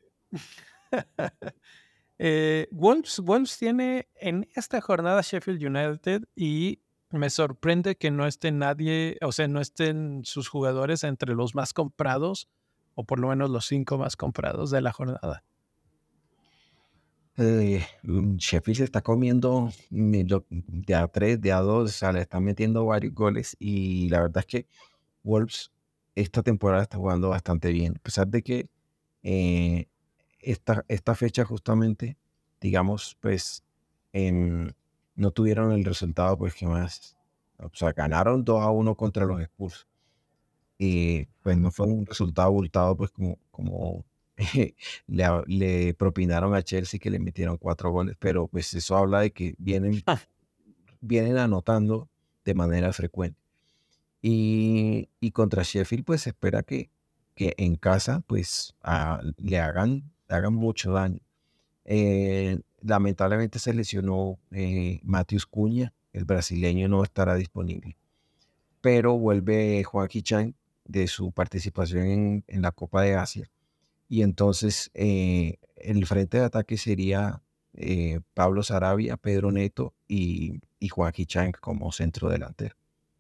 Wolves tiene en esta jornada Sheffield United y me sorprende que no esté nadie, o sea, no estén sus jugadores entre los más comprados o por lo menos los 5 más comprados de la jornada. Sheffield se está comiendo de a tres, de a dos, o sea, le están metiendo varios goles y la verdad es que Wolves esta temporada está jugando bastante bien, a pesar de que eh, esta fecha justamente, digamos, pues no tuvieron el resultado pues que más, o sea, ganaron 2-1 contra los Spurs y pues no fue un resultado abultado pues como le propinaron a Chelsea que le metieron 4 goles, pero pues eso habla de que vienen anotando de manera frecuente. Y contra Sheffield, pues se espera que en casa, pues le hagan mucho daño. Lamentablemente se lesionó Matheus Cunha, el brasileño no estará disponible, pero vuelve Joaquín Chan de su participación en la Copa de Asia. Y entonces el frente de ataque sería Pablo Sarabia, Pedro Neto y Joaquín Chan como centro delantero.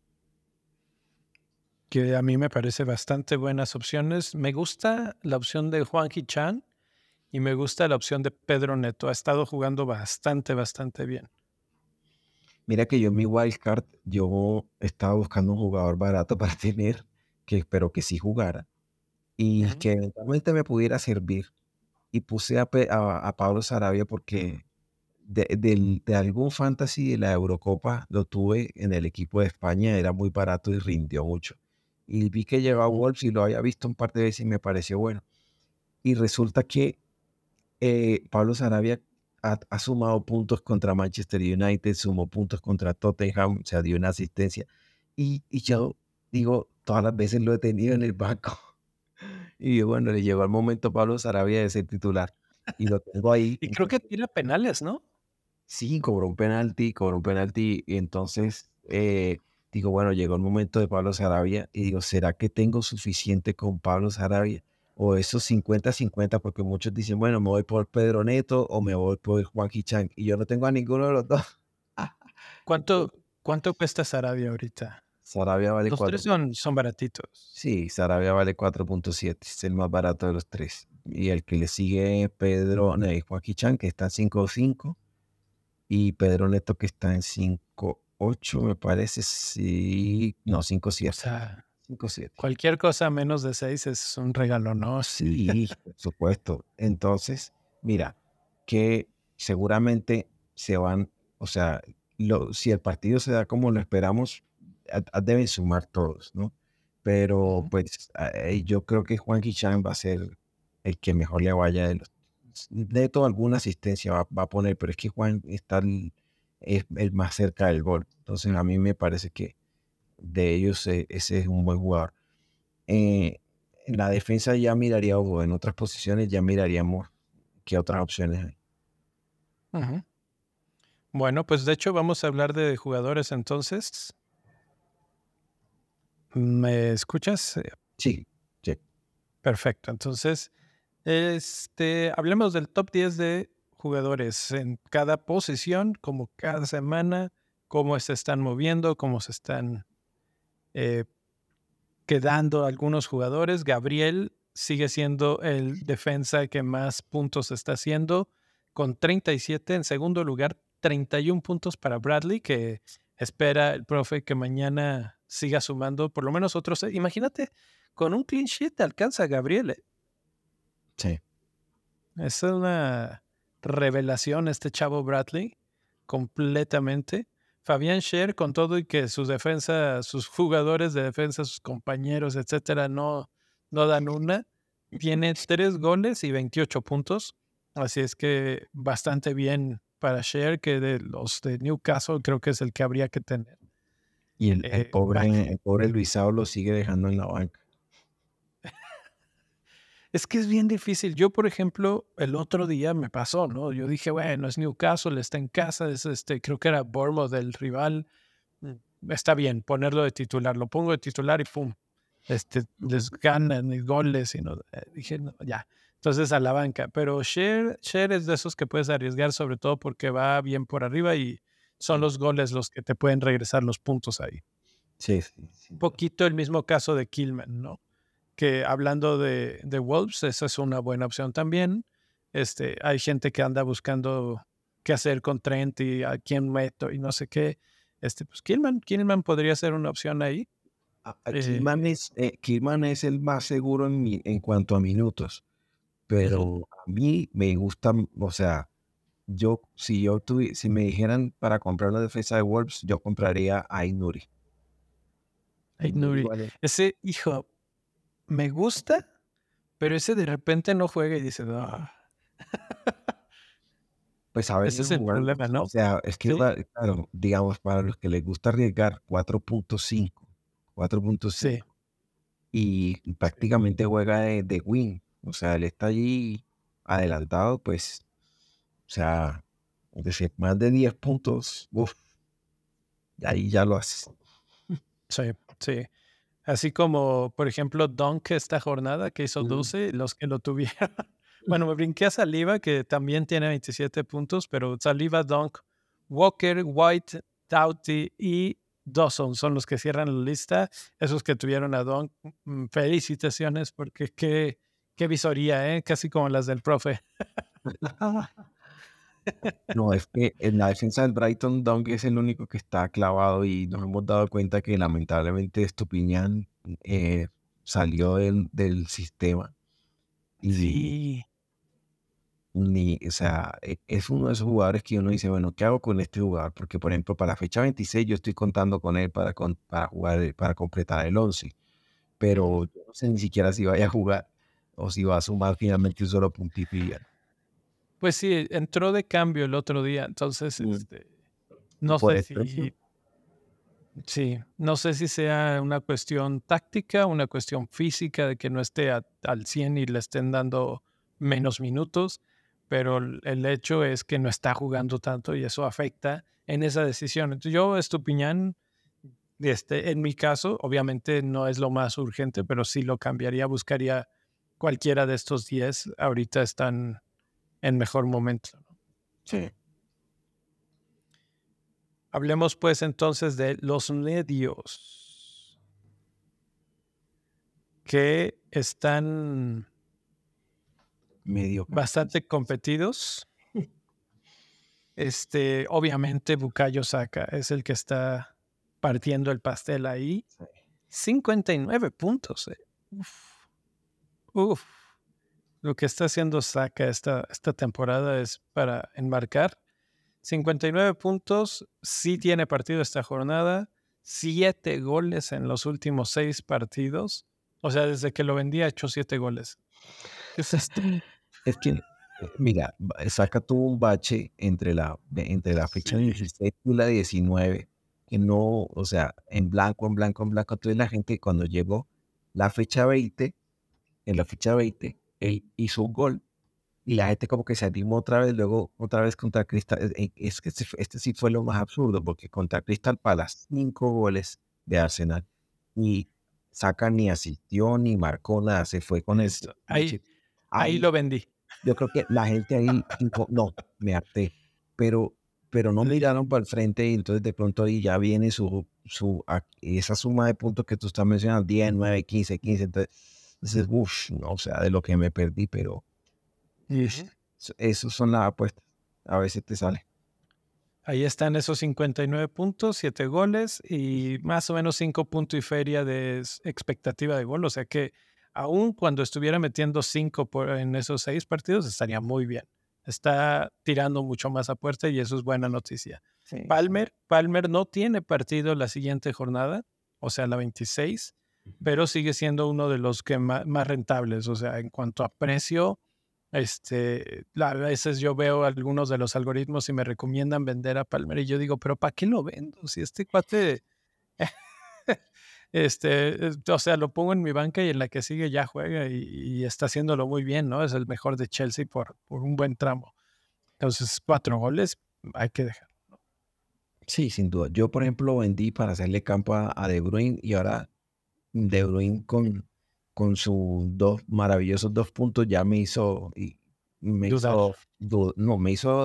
Que a mí me parece bastante buenas opciones. Me gusta la opción de Juan Chan y me gusta la opción de Pedro Neto. Ha estado jugando bastante bien. Mira que yo en mi wildcard, yo estaba buscando un jugador barato para tener, pero que sí jugara y Ujú. que eventualmente me pudiera servir. Y puse a Pablo Sarabia porque de algún fantasy de la Eurocopa lo tuve en el equipo de España, era muy barato y rindió mucho. Y vi que llegó a Wolves y lo había visto un par de veces y me pareció bueno. Y resulta que Pablo Sarabia ha sumado puntos contra Manchester United, sumó puntos contra Tottenham, o sea, dio una asistencia. Y yo digo, todas las veces lo he tenido en el banco. Y bueno, le llegó el momento a Pablo Sarabia de ser titular. Y lo tengo ahí. Y creo que tira penales, ¿no? Sí, cobró un penalti. Y entonces digo, bueno, llegó el momento de Pablo Sarabia. Y digo, ¿será que tengo suficiente con Pablo Sarabia? O esos 50-50, porque muchos dicen, bueno, me voy por Pedro Neto o me voy por Juanqui Chan. Y yo no tengo a ninguno de los dos. ¿Cuánto, cuánto cuesta Sarabia ahorita? Sarabia vale Los tres 4. son baratitos. Sí, Sarabia vale 4.7. Es el más barato de los tres. Y el que le sigue Pedro, no, Joaquín Chan, que está en 5.5. Y Pedro Neto, que está en 5.8, me parece. Sí, no, cinco O siete sea, 5.7. cualquier cosa menos de 6 es un regalo, ¿no? Sí, por supuesto. Entonces, mira, que seguramente se van, o sea, si el partido se da como lo esperamos, deben sumar todos, ¿no? Pero Ujú. pues yo creo que Juan Chan va a ser el que mejor le vaya de los. neto alguna asistencia va a poner, pero es que Juan está es el más cerca del gol. Entonces a mí me parece que de ellos ese es un buen jugador. En la defensa ya miraría, o en otras posiciones ya miraríamos qué otras opciones hay. Ujú. Bueno, pues de hecho vamos a hablar de jugadores entonces. ¿Me escuchas? Sí, sí. Perfecto. Entonces, hablemos del top 10 de jugadores en cada posición, como cada semana, cómo se están moviendo, cómo se están eh, quedando algunos jugadores. Gabriel sigue siendo el defensa que más puntos está haciendo, con 37. En segundo lugar, 31 puntos para Bradley, que espera el profe que mañana siga sumando por lo menos otros. Imagínate, con un clean sheet alcanza a Gabriel. Sí. Es una revelación este chavo Bradley, completamente. Fabián Scher, con todo y que sus defensa, sus jugadores de defensa, sus compañeros, etcétera, no dan una. Tiene 3 goles y 28 puntos. Así es que bastante bien para Scher, que de los de Newcastle creo que es el que habría que tener. Y el Va- pobre Luisao lo sigue dejando en la banca. Es que es bien difícil. Yo, por ejemplo, el otro día me pasó, ¿no? Yo dije, bueno, es Newcastle, está en casa, es creo que era Bournemouth del rival. Está bien ponerlo de titular. Lo pongo de titular y pum, les ganan y goles y no. Dije, no, ya. Entonces a la banca. Pero Share es de esos que puedes arriesgar, sobre todo porque va bien por arriba y son los goles los que te pueden regresar los puntos ahí. Sí, sí, Un sin duda. poquito el mismo caso de Killman, ¿no? Que hablando de Wolves, esa es una buena opción también. Hay gente que anda buscando qué hacer con Trent y a quién meto y no sé qué. Pues Killman podría ser una opción ahí. Eh, Killman es el más seguro en cuanto a minutos, Ujú. pero a mí me gusta, o sea, si me dijeran para comprar una defensa de Wolves, yo compraría a Inuri. Ay, Inuri Nuri. vale. Ese hijo me gusta, pero ese de repente no juega y dice, "Ah". Pues a Ese veces es el jugar, problema, o ¿no? sea, es que, Sí, claro, digamos, para los que les gusta arriesgar 4.5, cuatro punto sí, cinco y sí. prácticamente juega de wing, o sea, él está allí adelantado, pues, o sea, es decir, más de 10 puntos, uf, ahí ya lo haces. Sí, sí. Así como, por ejemplo, Dunk esta jornada que hizo Mm. 12, los que lo tuvieron. Bueno, me brinqué a Saliba, que también tiene 27 puntos, pero Saliba, Dunk, Walker, White, Doughty y Dawson son los que cierran la lista. Esos que tuvieron a Dunk, felicitaciones, porque qué visoría, ¿eh? Casi como las del profe. No, es que en la defensa del Brighton, Dunk es el único que está clavado y nos hemos dado cuenta que lamentablemente Estupiñán salió del sistema y Sí, o sea, es uno de esos jugadores que uno dice, bueno, ¿qué hago con este jugador? Porque, por ejemplo, para la fecha 26 yo estoy contando con él para jugar, para completar el 11, pero yo no sé ni siquiera si vaya a jugar o si va a sumar finalmente un solo puntito y ya. pues sí, entró de cambio el otro día, entonces, Mm. no Por sé el precio. si Sí, no sé si sea una cuestión táctica, una cuestión física de que no esté al 100 y le estén dando menos minutos, pero el hecho es que no está jugando tanto y eso afecta en esa decisión. Entonces yo, Estupiñán, en mi caso, obviamente no es lo más urgente, pero sí lo cambiaría, buscaría cualquiera de estos 10, ahorita están en mejor momento, ¿no? Sí. Hablemos pues entonces de los medios que están Medio bastante competidos. Obviamente Bukayo Saka es el que está partiendo el pastel ahí. 59 puntos. Uf, uf. Lo que está haciendo Saka esta temporada es para enmarcar. 59 puntos, sí tiene partido esta jornada, 7 goles en los últimos 6 partidos. O sea, desde que lo vendí ha hecho 7 goles. ¿Qué es esto? Es que Mira, saca tú un bache entre la fecha Sí. 16 y la 19, que no, o sea, en blanco, en blanco, en blanco. Entonces la gente cuando llegó la fecha 20, en la fecha 20, él hizo un gol y la gente como que se animó otra vez, luego otra vez contra Crystal. Es que este sí fue lo más absurdo, porque contra Crystal Palace, 5 goles de Arsenal y Saka ni asistió ni marcó nada, se fue con el Eso. Ahí, bache. ahí Ahí lo vendí. yo creo que la gente ahí dijo, no, me harté, pero, pero no miraron para el frente y entonces de pronto ahí ya viene esa suma de puntos que tú estás mencionando, 10, 9, 15, 15, entonces dices, uff, no, o sea, de lo que me perdí, pero Ujú. esos son las apuestas, a veces te sale. Ahí están esos 59 puntos, 7 goles y más o menos 5 puntos y feria de expectativa de gol. O sea que aún cuando estuviera metiendo 5 en esos 6 partidos, estaría muy bien. Está tirando mucho más a puerta y eso es buena noticia. Sí, sí. Palmer no tiene partido la siguiente jornada, o sea, la 26, pero sigue siendo uno de los que más rentables. O sea, en cuanto a precio, a veces yo veo algunos de los algoritmos y me recomiendan vender a Palmer y yo digo, pero ¿para qué lo vendo? Si este cuate, o sea, lo pongo en mi banca y en la que sigue ya juega y está haciéndolo muy bien, ¿no? Es el mejor de Chelsea por un buen tramo. Entonces, 4 goles, hay que dejar. Sí, sin duda. Yo, por ejemplo, lo vendí para hacerle campo a De Bruyne y ahora De Bruyne con sus maravillosos 2 puntos ya Dudar. no,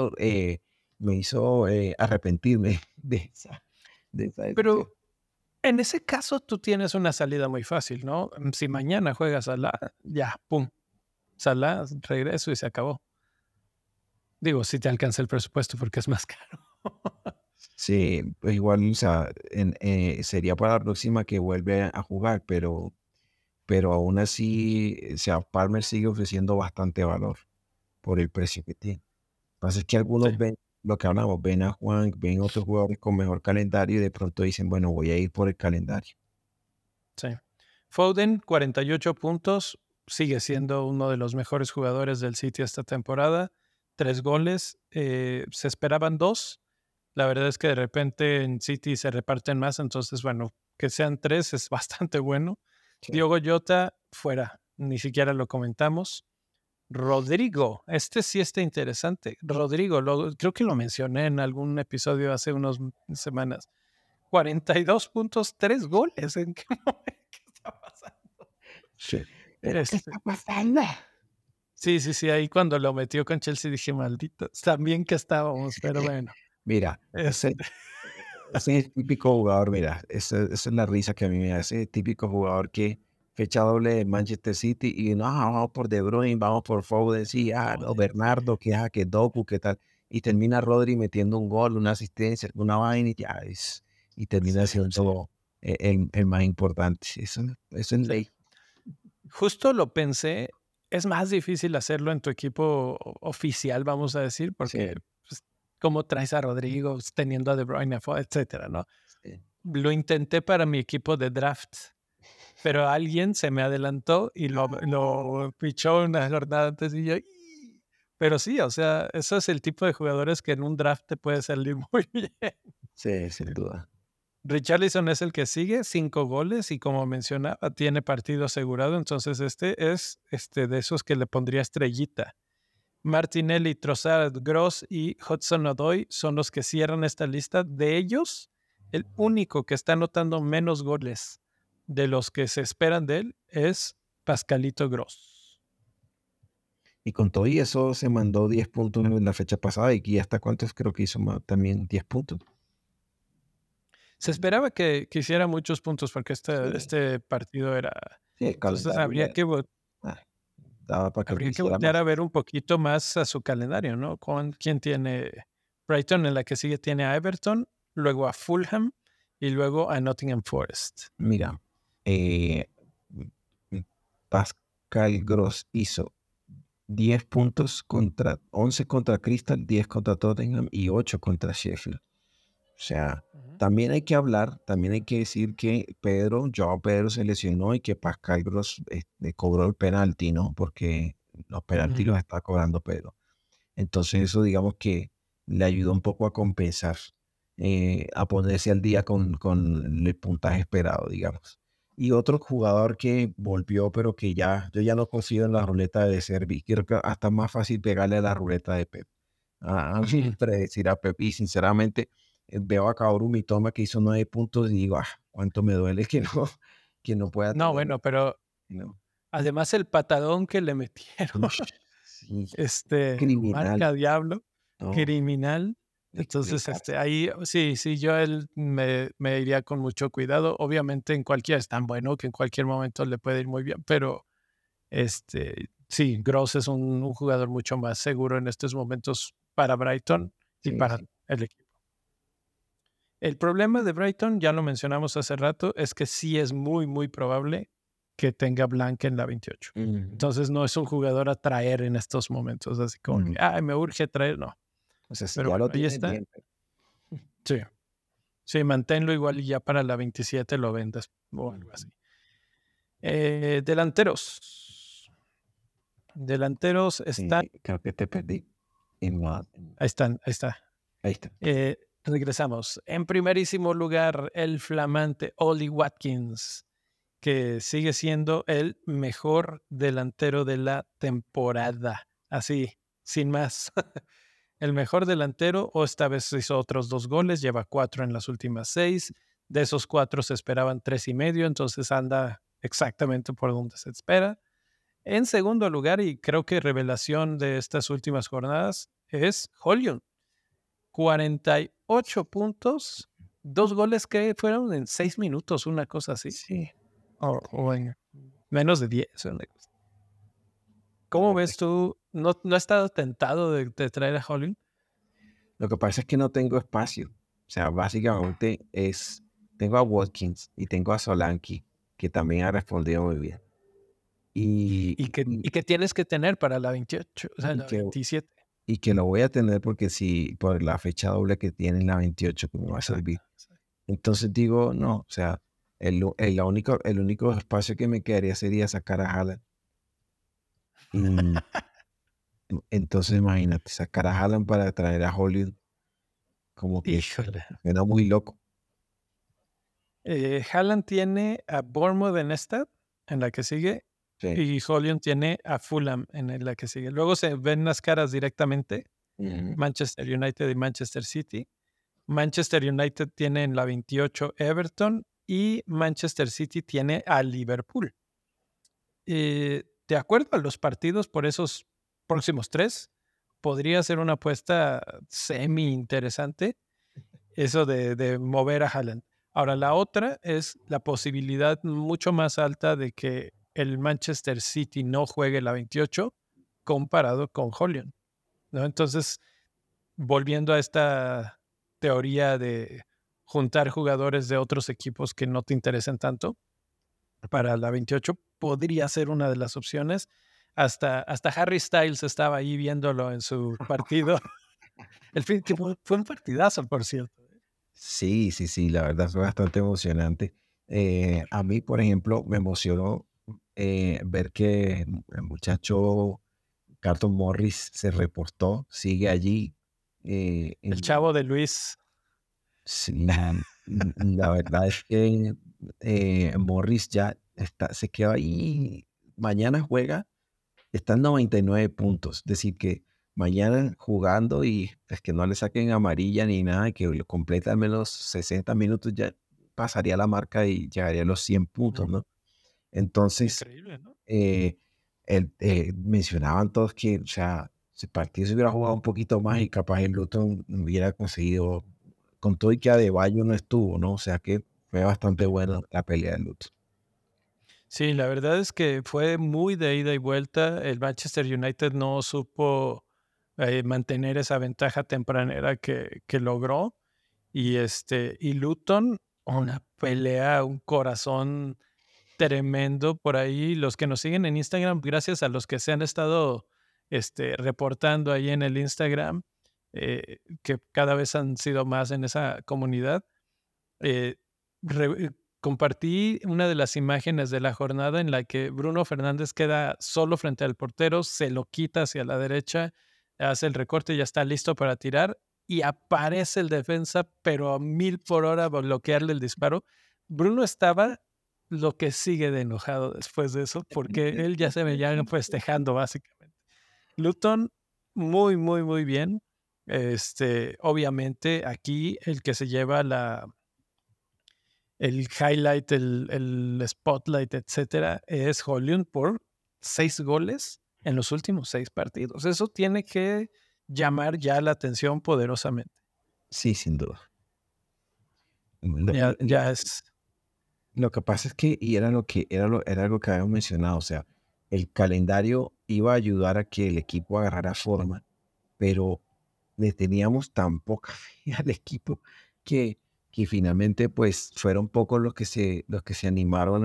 me hizo arrepentirme de esa decisión. Pero en ese caso tú tienes una salida muy fácil, ¿no? Si mañana juegas Salah, ya, pum, Salah, regreso y se acabó. Digo, si te alcanza el presupuesto porque es más caro. Sí, pues igual, o sea, sería para la próxima que vuelve a jugar, pero aún así, o sea, Palmer sigue ofreciendo bastante valor por el precio que tiene. Lo que pasa es que Sí, algunos ven lo que hablamos, ven a Juan, ven otros jugadores con mejor calendario y de pronto dicen, bueno, voy a ir por el calendario. sí. Foden, 48 puntos, sigue siendo uno de los mejores jugadores del City esta temporada. 3 goles, se esperaban 2. La verdad es que de repente en City se reparten más, entonces, bueno, que sean 3 es bastante bueno. Sí. Diogo Jota, fuera, ni siquiera lo comentamos. Rodrigo, este sí está interesante. Rodrigo, creo que lo mencioné en algún episodio hace unas semanas. 42 puntos, 3 goles. ¿En qué momento? ¿Qué está pasando? Sí. ¿Pero qué Este, está pasando? sí, sí, sí, ahí cuando lo metió con Chelsea dije, maldito, también que estábamos, pero bueno. Mira, ese, Este, ese es el típico jugador, mira, esa es la risa que a mí me hace, el típico jugador que fecha doble de Manchester City y no, vamos por De Bruyne, vamos por Foden, sí, no, joder, Bernardo, que Doku, que tal, y termina Rodri metiendo un gol, una asistencia, una vaina y ya y termina sí, sí, siendo el más importante. Eso es sí. ley. Justo lo pensé, es más difícil hacerlo en tu equipo oficial, vamos a decir, porque Sí, pues, como traes a Rodrigo, teniendo a De Bruyne, etcétera, ¿no? sí. Lo intenté para mi equipo de draft, pero alguien se me adelantó y lo fichó una jornada antes y yo, "Ih". Pero sí, o sea, eso es el tipo de jugadores que en un draft te puede salir muy bien. Sí, sin duda. Richarlison es el que sigue, 5 goles y como mencionaba, tiene partido asegurado, entonces este es de esos que le pondría estrellita. Martinelli, Trossard, Gross y Hudson-Odoi son los que cierran esta lista. De ellos, el único que está anotando menos goles de los que se esperan de él es Pascalito Gross. Y con todo y eso se mandó 10 puntos en la fecha pasada y hasta cuántos creo que hizo también 10 puntos. Se esperaba que hiciera muchos puntos porque Sí, este partido era... sí, el Entonces calendario ah, daba para que habría que hiciera voltear más. a ver un poquito más a su calendario, ¿no? Con quién tiene Brighton, en la que sigue tiene a Everton, luego a Fulham y luego a Nottingham Forest. Mira, eh, mm, Pascal Gross hizo 10 puntos 11 contra Crystal, 10 contra Tottenham y 8 contra Sheffield. O sea, Ujú, también hay que hablar, también hay que decir que Joao Pedro se lesionó y que Pascal Gross cobró el penalti, ¿no? Porque los penaltis ujú. los está cobrando Pedro. Entonces eso digamos que le ayudó un poco a compensar, a ponerse al día con el puntaje esperado, digamos. Y otro jugador que volvió, pero que yo ya no confío en la ruleta de Servi. Creo que hasta más fácil pegarle a la ruleta de Pep. A mí predecir a Pep. Y sinceramente veo a Kaoru Mitoma que hizo 9 puntos y digo, cuánto me duele que no, que no pueda No, tener. bueno, pero ¿No? además el patadón que le metieron, Ush, sí, criminal, marca diablo, ¿no? criminal. De Entonces, cárcel. ahí sí, yo él me iría con mucho cuidado. Obviamente en cualquiera es tan bueno que en cualquier momento le puede ir muy bien, pero sí, Gross es un jugador mucho más seguro en estos momentos para Brighton y Sí, para sí. el equipo. El problema de Brighton, ya lo mencionamos hace rato, es que sí es muy, muy probable que tenga Blanca en la 28. Ujú, Entonces no es un jugador a traer en estos momentos, así como que, ujú. me urge traer, no. O sea, si Pero ya bueno, lo ahí tienes está. bien. Sí, sí, manténlo igual y ya para la 27 lo vendes o algo Ujú. así. Delanteros. Delanteros están, Sí, creo que te perdí. En ahí están, ahí está. ahí está. Regresamos. En primerísimo lugar, el flamante Ollie Watkins, que sigue siendo el mejor delantero de la temporada. Así, sin más. El mejor delantero, o esta vez hizo otros 2 goles, lleva 4 en las últimas 6. De esos 4 se esperaban 3,5, entonces anda exactamente por donde se espera. En segundo lugar, y creo que revelación de estas últimas jornadas, es Højlund. 48 puntos, 2 goles que fueron en 6 minutos, una cosa así. Sí, O en menos de 10. la ¿Cómo verdad. ves tú? ¿No has estado tentado de traer a Højlund? Lo que pasa es que no tengo espacio. O sea, básicamente tengo a Watkins y tengo a Solanke, que también ha respondido muy bien. Y, ¿Y que, y, y que tienes que tener para la 28, o sea, y la que, 27? y que lo voy a tener porque si por la fecha doble que tiene en la 28 que me va a Exacto. servir. Entonces digo, no, o sea, el único espacio que me quedaría sería sacar a Haaland. Y entonces imagínate, sacar a Haaland para traer a Hollywood, como que Híjole. suena muy loco. Haaland tiene a Bournemouth en esta, en la que sigue, Sí. y Højlund tiene a Fulham en la que sigue. Luego se ven las caras directamente, Ujú. Manchester United y Manchester City. Manchester United tiene en la 28 Everton y Manchester City tiene a Liverpool. De acuerdo a los partidos por esos próximos 3, podría ser una apuesta semi interesante eso de mover a Haaland. Ahora, la otra es la posibilidad mucho más alta de que el Manchester City no juegue la 28 comparado con Højlund, ¿no? Entonces, volviendo a esta teoría de juntar jugadores de otros equipos que no te interesen tanto, para la 28 podría ser una de las opciones. Hasta Harry Styles estaba ahí viéndolo en su partido. El fin que fue un partidazo, por cierto. Sí, sí, sí, la verdad fue bastante emocionante. A mí, por ejemplo, me emocionó ver que el muchacho Carlton Morris se reportó, sigue allí. El chavo de Luis. Sí, la verdad es que Morris ya se quedó ahí. Mañana juega, está en 99 puntos. Es decir, que mañana jugando y es que no le saquen amarilla ni nada, que lo completa al menos 60 minutos, ya pasaría la marca y llegaría a los 100 puntos, ¿no? Entonces, Increíble, ¿no? eh, mencionaban todos que, o sea, si el partido se hubiera jugado un poquito más y capaz el Luton hubiera conseguido, con todo y que Adebayo no estuvo, ¿no? O sea que fue bastante Sí. buena la pelea del Luton. Sí, la verdad es que fue muy de ida y vuelta. El Manchester United no supo mantener esa ventaja tempranera que logró. Y Luton, una pelea, un corazón tremendo por ahí. Los que nos siguen en Instagram, gracias a los que se han estado reportando ahí en el Instagram, que cada vez han sido más en esa comunidad. eh, Compartí una de las imágenes de la jornada en la que Bruno Fernández queda solo frente al portero, se lo quita hacia la derecha, hace el recorte, ya está listo para tirar y aparece el defensa, pero a 1000 por hora a bloquearle el disparo. Bruno estaba lo que sigue de enojado después de eso, porque él ya se veía festejando básicamente. Luton, muy, muy, muy bien. Obviamente aquí el que se lleva el highlight, el spotlight, etcétera, es Højlund por 6 goles en los últimos 6 partidos. Eso tiene que llamar ya la atención poderosamente. Sí, sin duda. Ya es. Lo que pasa es que, y era algo que habíamos mencionado, o sea, el calendario iba a ayudar a que el equipo agarrara forma, pero le teníamos tan poca fe al equipo que, que finalmente pues fueron pocos los que se animaron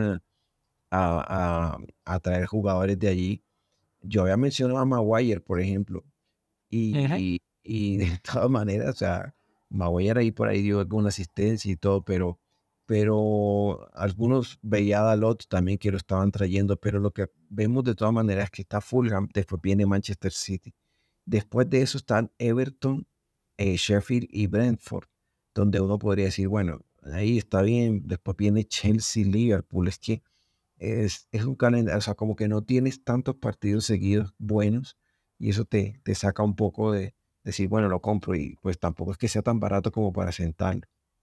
a traer jugadores de allí. Yo había mencionado a Maguire, por ejemplo, Ujú. y de todas maneras, o sea, Maguire ahí por ahí dio alguna asistencia y todo, pero algunos veía a Dalot también que lo estaban trayendo, pero lo que vemos de todas maneras es que está Fulham, después viene Manchester City. Después de eso están Everton, Sheffield y Brentford, donde uno podría decir, bueno, ahí está bien. Después viene Chelsea, Liverpool. Es que es un calendario, o sea, como que no tienes tantos partidos seguidos buenos y eso te saca un poco de decir, bueno, lo compro y pues tampoco es que sea tan barato como para sentarlo.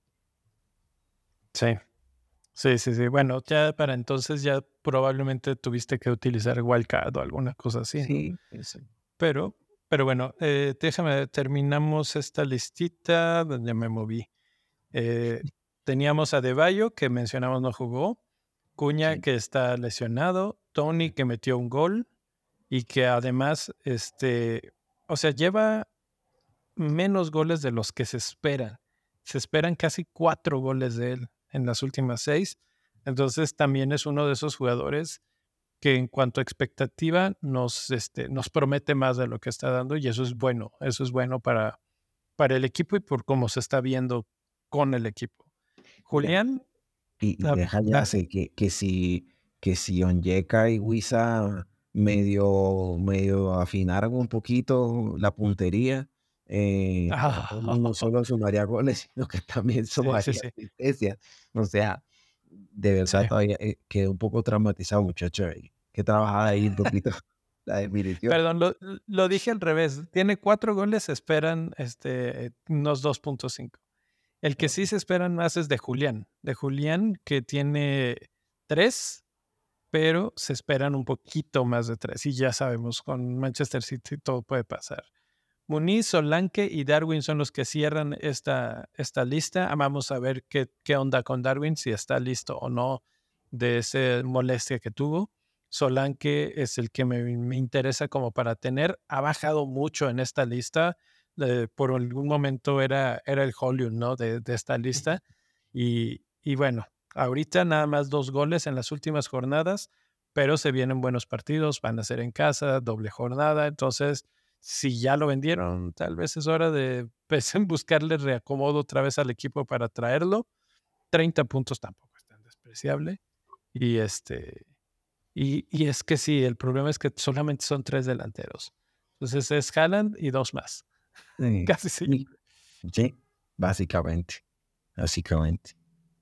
Sí, sí, sí, sí. Bueno, ya para entonces ya probablemente tuviste que utilizar Wildcard o alguna cosa así, ¿no? Sí, eso. Pero, pero bueno, déjame, terminamos esta listita donde me moví. Eh, Teníamos a Adebayo, que mencionamos no jugó, Cuña, Sí. que está lesionado, Tony, que metió un gol y que además, o sea, lleva menos goles de los que se esperan. Se esperan casi 4 goles de él en las últimas 6. Entonces también es uno de esos jugadores que en cuanto a expectativa nos promete más de lo que está dando y eso es bueno para el equipo y por cómo se está viendo con el equipo. De- Julián, y ah, deja ya, ah, sé que si Onyeka y Wisa medio afinaron un poquito la puntería, no ah, solo sumaría goles, sino que también sí, sí, sumaría sí, asistencias. O sea, de sí. verdad todavía quedé un poco traumatizado, muchacho. Que trabajada ahí un poquito la definición. Perdón, lo dije al revés. Tiene 4 goles, se esperan unos 2.5. El que sí se esperan más es de Julián que tiene 3, pero se esperan un poquito más de 3. Y ya sabemos, con Manchester City todo puede pasar. Muniz, Solanke y Darwin son los que cierran esta lista. Vamos a ver qué onda con Darwin, si está listo o no de esa molestia que tuvo. Solanke es el que me interesa como para tener. Ha bajado mucho en esta lista. Por algún momento era el Højlund, ¿no? De esta lista. Y bueno, ahorita nada más 2 goles en las últimas jornadas, pero se vienen buenos partidos, van a ser en casa, doble jornada. Entonces, si ya lo vendieron, tal vez es hora de pues, buscarle reacomodo otra vez al equipo para traerlo. 30 puntos tampoco es tan despreciable. Y y es que sí, el problema es que solamente son 3 delanteros. Entonces es Haaland y 2 más. Sí, Casi sí. sí, sí, básicamente.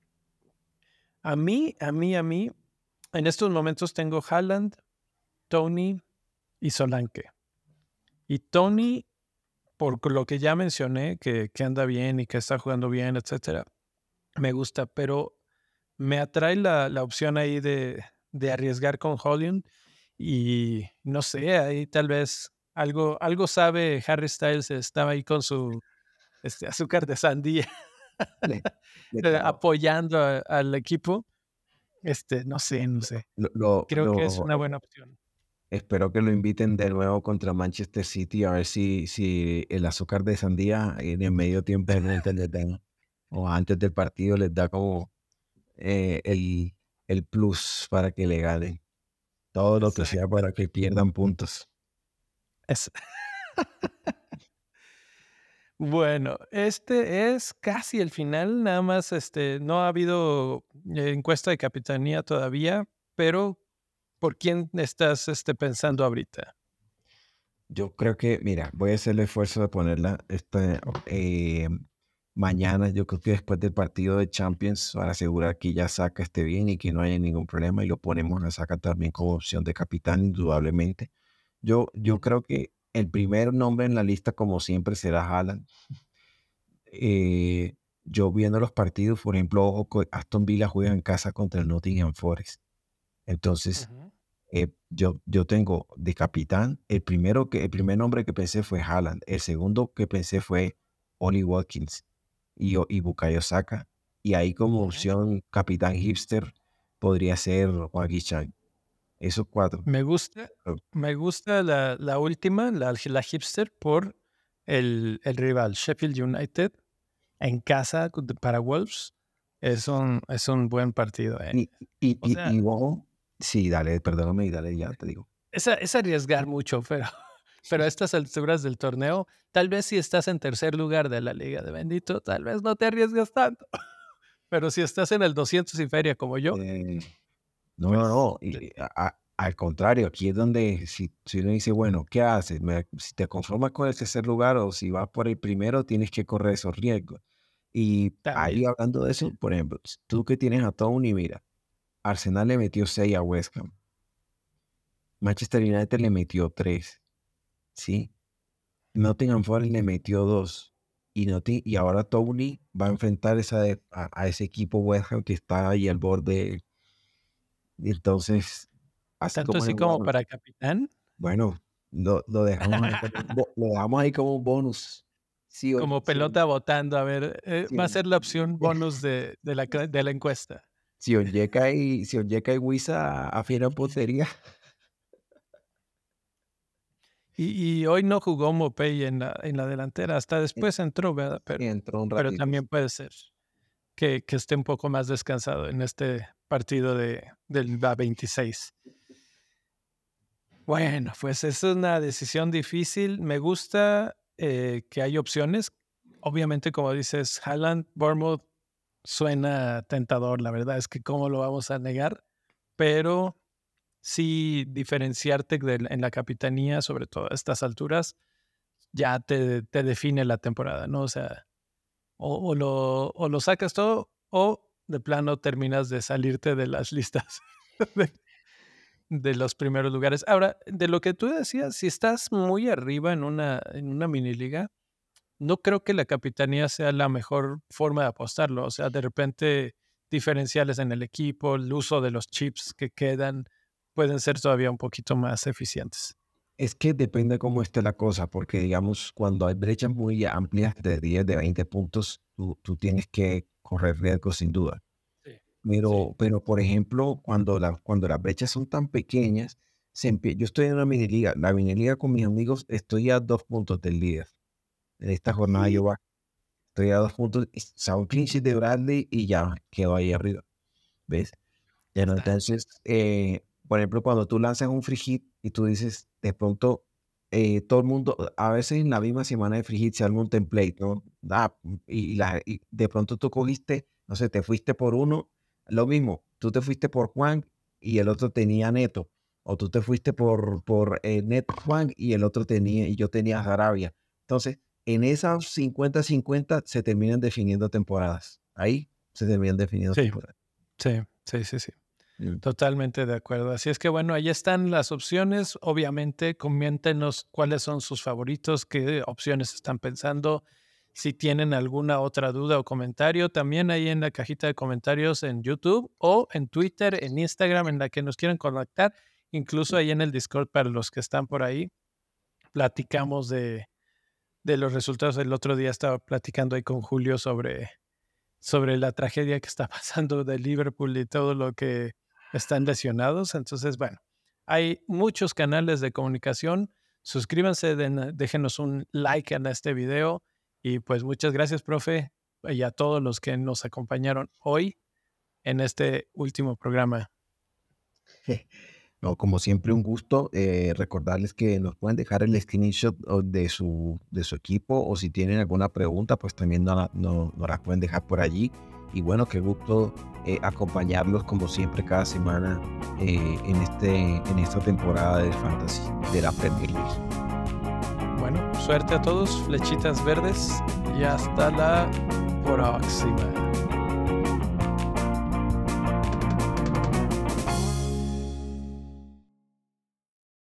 A mí, en estos momentos tengo Haaland, Tony y Solanke. Y Tony, por lo que ya mencioné, que anda bien y que está jugando bien, etcétera, me gusta, pero me atrae la opción ahí de arriesgar con Højlund y no sé, ahí tal vez algo sabe Harry Styles, estaba ahí con su azúcar de sandía Le, le clavo. apoyando al equipo. No sé, no sé. Lo, lo, Creo que es lo- una buena opción. Espero que lo inviten de nuevo contra Manchester City a ver si el azúcar de sandía en el medio tiempo les da, o antes del partido les da como el plus para que le ganen. Todo lo que sea Exacto. para que pierdan puntos. Es- Bueno, este es casi el final, nada más, no ha habido encuesta de capitanía todavía, pero ¿por quién estás pensando ahorita? Yo creo que, mira, voy a hacer el esfuerzo de ponerla mañana. Yo creo que después del partido de Champions, para asegurar que ya Saka esté bien y que no haya ningún problema, y lo ponemos a Saka también como opción de capitán, indudablemente. Yo creo que el primer nombre en la lista, como siempre, será Haaland. Yo viendo los partidos, por ejemplo, ojo, Aston Villa juega en casa contra el Nottingham Forest. Entonces, Ujú. yo tengo de capitán, el primer nombre que pensé fue Haaland, el segundo que pensé fue Oli Watkins y Bukayo Saka, y ahí como Ujú. opción capitán hipster podría ser Hwang Chan. Esos cuatro. Me gusta, Oh, me gusta la última, la hipster, por el rival, Sheffield United, en casa para Wolves. Es un buen partido. Y, y, O y, sea, y ojo, sí, dale, perdóname y dale, ya te digo. es arriesgar mucho, pero a estas alturas del torneo, tal vez si estás en tercer lugar de la Liga de Bendito, tal vez no te arriesgas tanto. Pero si estás en el 200 y feria como yo, Eh, no, no, pues no. Al contrario, aquí es donde si uno dice, bueno, ¿qué haces? Si te conformas con el tercer lugar o si vas por el primero, tienes que correr esos riesgos. Y ahí también. hablando de eso, por ejemplo, tú que tienes a Tony, mira, Arsenal le metió 6 a West Ham, Manchester United le metió 3, ¿sí? Nottingham Forest le metió 2. Y ahora Tony va a enfrentar a ese equipo West Ham que está ahí al borde. Y entonces, así Tanto como así es como bueno. para capitán, Bueno, lo dejamos ahí como lo dejamos ahí como un bonus. Si, o- como si, o- pelota botando. A ver, si, va a o- ser la opción bonus de la encuesta. si Onyeka y Wisa afinan puntería, Y hoy no jugó Mopey en la delantera, hasta después entró, ¿verdad? sí, entró un Pero ratito. también puede ser que esté un poco más descansado en este partido del 26. Bueno, pues es una decisión difícil. Me gusta que hay opciones. Obviamente, como dices, Haaland, Bournemouth suena tentador. La verdad es que cómo lo vamos a negar, pero sí diferenciarte en la capitanía, sobre todo a estas alturas, ya te define la temporada, ¿no? O sea, o lo sacas todo o de plano terminas de salirte de las listas de, de los primeros lugares. Ahora, de lo que tú decías, si estás muy arriba en una mini liga, no creo que la capitanía sea la mejor forma de apostarlo. O sea, de repente diferenciales en el equipo, el uso de los chips que quedan pueden ser todavía un poquito más eficientes. Es que depende cómo esté la cosa, porque digamos, cuando hay brechas muy amplias de 10, de 20 puntos, tú tienes que correr riesgos sin duda. Sí, sí. Pero por ejemplo, cuando las brechas son tan pequeñas, yo estoy en una mini liga. La mini liga con mis amigos, estoy a 2 puntos del líder. En esta jornada estoy a 2 puntos, o sea, un clean sheet de Bradley y ya quedo ahí arriba, ¿ves? Ya no, Está. entonces, por ejemplo, cuando tú lanzas un free hit y tú dices, de pronto, todo el mundo, a veces en la misma semana de free hit se arma un template, ¿no? Y de pronto tú cogiste, no sé, te fuiste por uno, lo mismo, tú te fuiste por Juan y el otro tenía Neto, o tú te fuiste por Neto Juan y el otro tenía, y yo tenía Sarabia. Entonces, en esas 50-50 se terminan definiendo temporadas. Ahí se terminan definiendo Sí, temporadas. sí, sí, sí, sí. Mm. Totalmente de acuerdo. Así es que bueno, ahí están las opciones. Obviamente, coméntenos cuáles son sus favoritos, qué opciones están pensando. Si tienen alguna otra duda o comentario, también ahí en la cajita de comentarios en YouTube o en Twitter, en Instagram, en la que nos quieran conectar, incluso ahí en el Discord para los que están por ahí. Platicamos de los resultados. El otro día estaba platicando ahí con Julio sobre la tragedia que está pasando de Liverpool y todo lo que están lesionados. Entonces, bueno, hay muchos canales de comunicación. Suscríbanse, déjenos un like en este video y pues muchas gracias, profe, y a todos los que nos acompañaron hoy en este último programa. No, como siempre, un gusto. Recordarles que nos pueden dejar el screenshot de su equipo o si tienen alguna pregunta, pues también nos las pueden dejar por allí. Y bueno, qué gusto acompañarlos como siempre cada semana en esta temporada de Fantasy de la Premier League. bueno, suerte a todos, flechitas verdes y hasta la próxima.